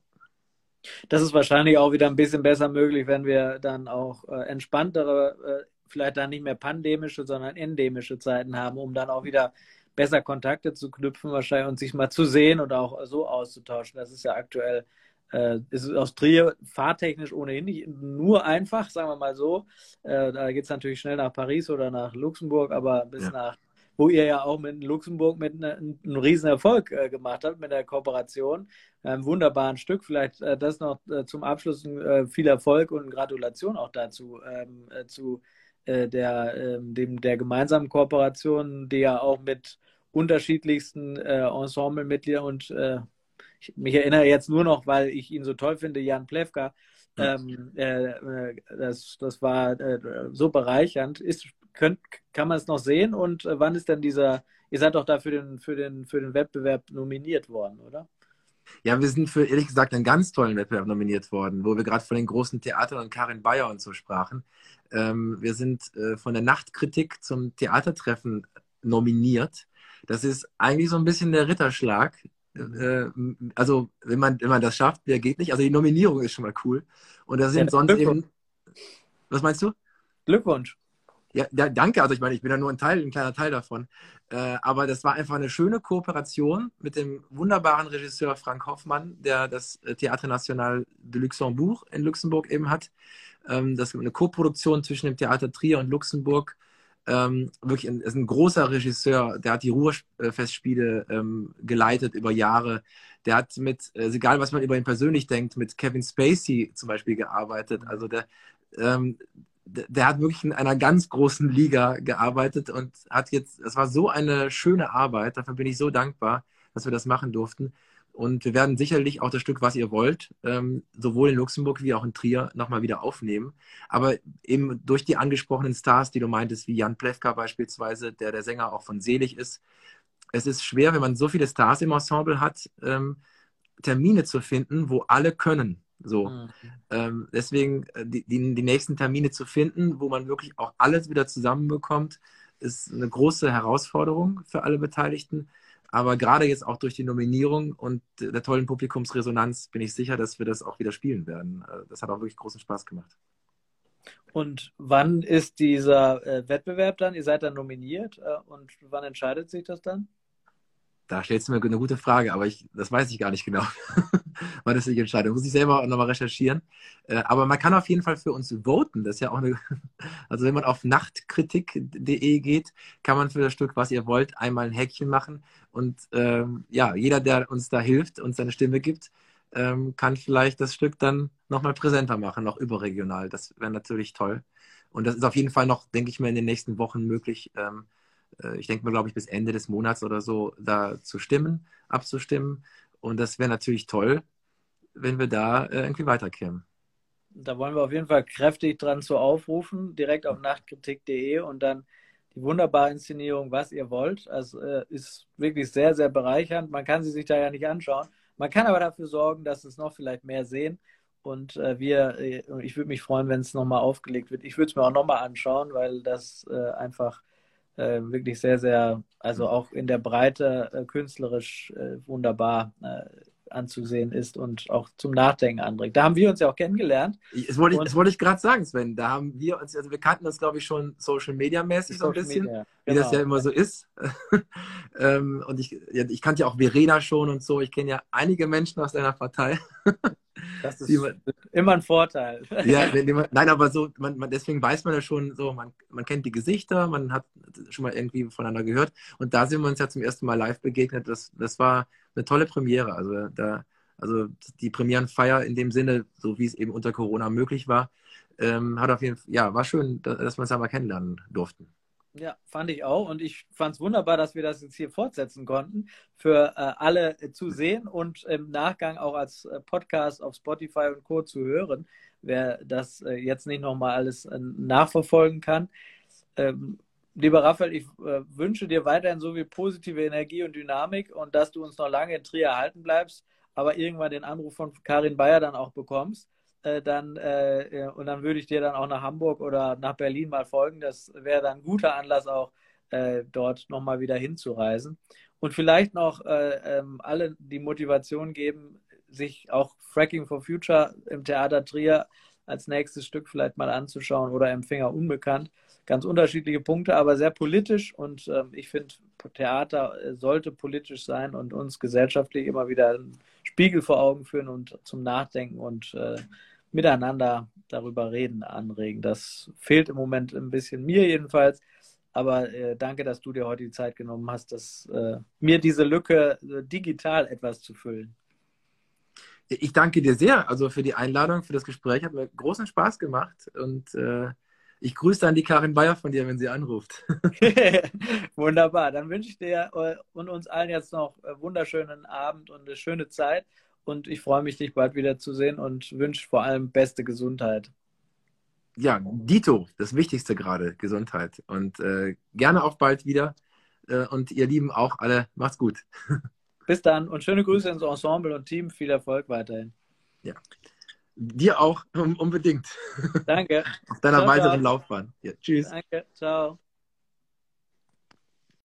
Das ist wahrscheinlich auch wieder ein bisschen besser möglich, wenn wir dann auch äh, entspanntere, äh, vielleicht dann nicht mehr pandemische, sondern endemische Zeiten haben, um dann auch wieder besser Kontakte zu knüpfen wahrscheinlich und sich mal zu sehen und auch so auszutauschen. Das ist ja aktuell, äh, ist aus Trier fahrtechnisch ohnehin nicht nur einfach, sagen wir mal so. Äh, da geht es natürlich schnell nach Paris oder nach Luxemburg, aber bis Ja. nach, wo ihr ja auch mit Luxemburg mit ne, einen riesen Erfolg äh, gemacht habt mit der Kooperation, einem wunderbaren Stück. Vielleicht äh, das noch äh, zum Abschluss äh, viel Erfolg und Gratulation auch dazu, ähm, äh, zu äh, der, ähm, dem, der gemeinsamen Kooperation, die ja auch mit unterschiedlichsten äh, Ensemblemitgliedern und äh, ich mich erinnere jetzt nur noch, weil ich ihn so toll finde, Jan Plewka. Ja. Ähm, äh, äh, das, das war äh, so bereichernd. Ist, könnt, kann man es noch sehen? Und äh, wann ist denn dieser, ihr seid doch da für den, für den, für den Wettbewerb nominiert worden, oder? Ja, wir sind für, ehrlich gesagt, einen ganz tollen Wettbewerb nominiert worden, wo wir gerade von den großen Theatern und Karin Bayer und so sprachen. Ähm, wir sind äh, von der Nachtkritik zum Theatertreffen nominiert. Das ist eigentlich so ein bisschen der Ritterschlag. Mhm. Äh, also, wenn man, wenn man das schafft, wer geht nicht. Also, die Nominierung ist schon mal cool. Und da Ja, sind sonst Glückwunsch. eben, was meinst du? Glückwunsch. Ja, ja, danke. Also ich meine, ich bin ja nur ein Teil, ein kleiner Teil davon. Äh, aber das war einfach eine schöne Kooperation mit dem wunderbaren Regisseur Frank Hoffmann, der das äh, Théâtre National de Luxembourg in Luxemburg eben hat. Ähm, das ist eine Koproduktion zwischen dem Theater Trier und Luxemburg. Ähm, wirklich ein, ist ein großer Regisseur, der hat die Ruhrfestspiele ähm, geleitet über Jahre. Der hat mit, äh, egal was man über ihn persönlich denkt, mit Kevin Spacey zum Beispiel gearbeitet. Also der, ähm, der hat wirklich in einer ganz großen Liga gearbeitet und hat jetzt, es war so eine schöne Arbeit, dafür bin ich so dankbar, dass wir das machen durften. Und wir werden sicherlich auch das Stück, was ihr wollt, ähm, sowohl in Luxemburg wie auch in Trier nochmal wieder aufnehmen. Aber eben durch die angesprochenen Stars, die du meintest, wie Jan Plewka beispielsweise, der der Sänger auch von Selig ist. Es ist schwer, wenn man so viele Stars im Ensemble hat, ähm, Termine zu finden, wo alle können. So. Mhm. Ähm, deswegen äh, die, die, die nächsten Termine zu finden, wo man wirklich auch alles wieder zusammenbekommt, ist eine große Herausforderung für alle Beteiligten. Aber gerade jetzt auch durch die Nominierung und der tollen Publikumsresonanz bin ich sicher, dass wir das auch wieder spielen werden. Äh, Das hat auch wirklich großen Spaß gemacht. Und wann ist dieser äh, Wettbewerb dann? Ihr seid dann nominiert äh, und wann entscheidet sich das dann? Da stellst du mir eine gute Frage, aber ich, das weiß ich gar nicht genau. Wann ist die Entscheidung? Muss ich selber nochmal recherchieren. Äh, aber man kann auf jeden Fall für uns voten. Das ist ja auch eine, also wenn man auf nachtkritik punkt de geht, kann man für das Stück, was ihr wollt, einmal ein Häkchen machen. Und ähm, ja, jeder, der uns da hilft und seine Stimme gibt, ähm, kann vielleicht das Stück dann nochmal präsenter machen, noch überregional. Das wäre natürlich toll. Und das ist auf jeden Fall noch, denke ich mal, in den nächsten Wochen möglich, ähm, äh, ich denke mal, glaube ich, bis Ende des Monats oder so da zu stimmen, abzustimmen. Und das wäre natürlich toll, wenn wir da äh, irgendwie weiterkämen. Da wollen wir auf jeden Fall kräftig dran zu aufrufen, direkt auf nachtkritik punkt de und dann die wunderbare Inszenierung, was ihr wollt. Also äh, ist wirklich sehr, sehr bereichernd. Man kann sie sich da ja nicht anschauen. Man kann aber dafür sorgen, dass es noch vielleicht mehr sehen. Und äh, wir, äh, ich würde mich freuen, wenn es nochmal aufgelegt wird. Ich würde es mir auch nochmal anschauen, weil das äh, einfach äh, wirklich sehr, sehr, also auch in der Breite äh, künstlerisch äh, wunderbar äh, anzusehen ist und auch zum Nachdenken anregt. Da haben wir uns ja auch kennengelernt. Ich, das wollte ich, Und das wollte ich gerade sagen, Sven. Da haben wir uns, also wir kannten uns, glaube ich, schon Social Media mäßig so ein Social bisschen, Media, wie das ja genau. immer so ist. ähm, und ich, ja, ich kannte ja auch Verena schon und so. Ich kenne ja einige Menschen aus deiner Partei. Das die ist man, immer ein Vorteil. ja, wenn, die man, nein, aber so, man, man, deswegen weiß man ja schon so, man, man kennt die Gesichter, man hat schon mal irgendwie voneinander gehört. Und da sind wir uns ja zum ersten Mal live begegnet. Das, das war eine tolle Premiere. Also da, also die Premierenfeier in dem Sinne, so wie es eben unter Corona möglich war, ähm, hat auf jeden Fall, ja, war schön, dass wir uns da mal kennenlernen durften. Ja, fand ich auch. Und ich fand es wunderbar, dass wir das jetzt hier fortsetzen konnten, für äh, alle äh, zu sehen und im Nachgang auch als äh, Podcast auf Spotify und Co. zu hören, wer das äh, jetzt nicht nochmal alles äh, nachverfolgen kann. Ähm, lieber Raphael, ich äh, wünsche dir weiterhin so viel positive Energie und Dynamik und dass du uns noch lange in Trier erhalten bleibst, aber irgendwann den Anruf von Karin Bayer dann auch bekommst. Äh, dann, äh, und dann würde ich dir dann auch nach Hamburg oder nach Berlin mal folgen. Das wäre dann ein guter Anlass auch, äh, dort nochmal wieder hinzureisen. Und vielleicht noch äh, ähm, alle die Motivation geben, sich auch Fracking for Future im Theater Trier als nächstes Stück vielleicht mal anzuschauen oder Empfänger unbekannt. Ganz unterschiedliche Punkte, aber sehr politisch und äh, ich finde, Theater sollte politisch sein und uns gesellschaftlich immer wieder einen Spiegel vor Augen führen und zum Nachdenken und äh, miteinander darüber reden anregen. Das fehlt im Moment ein bisschen mir jedenfalls, aber äh, danke, dass du dir heute die Zeit genommen hast, dass, äh, mir diese Lücke äh, digital etwas zu füllen. Ich danke dir sehr, also für die Einladung, für das Gespräch. Hat mir großen Spaß gemacht und äh, ich grüße dann die Karin Bayer von dir, wenn sie anruft. Wunderbar. Dann wünsche ich dir äh, und uns allen jetzt noch einen wunderschönen Abend und eine schöne Zeit. Und ich freue mich, dich bald wieder zu sehen und wünsche vor allem beste Gesundheit. Ja, Dito, das Wichtigste gerade, Gesundheit. Und äh, gerne auch bald wieder. Äh, und ihr Lieben auch alle, macht's gut. Bis dann und schöne Grüße ins Ensemble und Team. Viel Erfolg weiterhin. Ja. Dir auch um, unbedingt. Danke. Auf deiner Ciao, weiteren ciao. Laufbahn. Ja, tschüss. Danke. Ciao.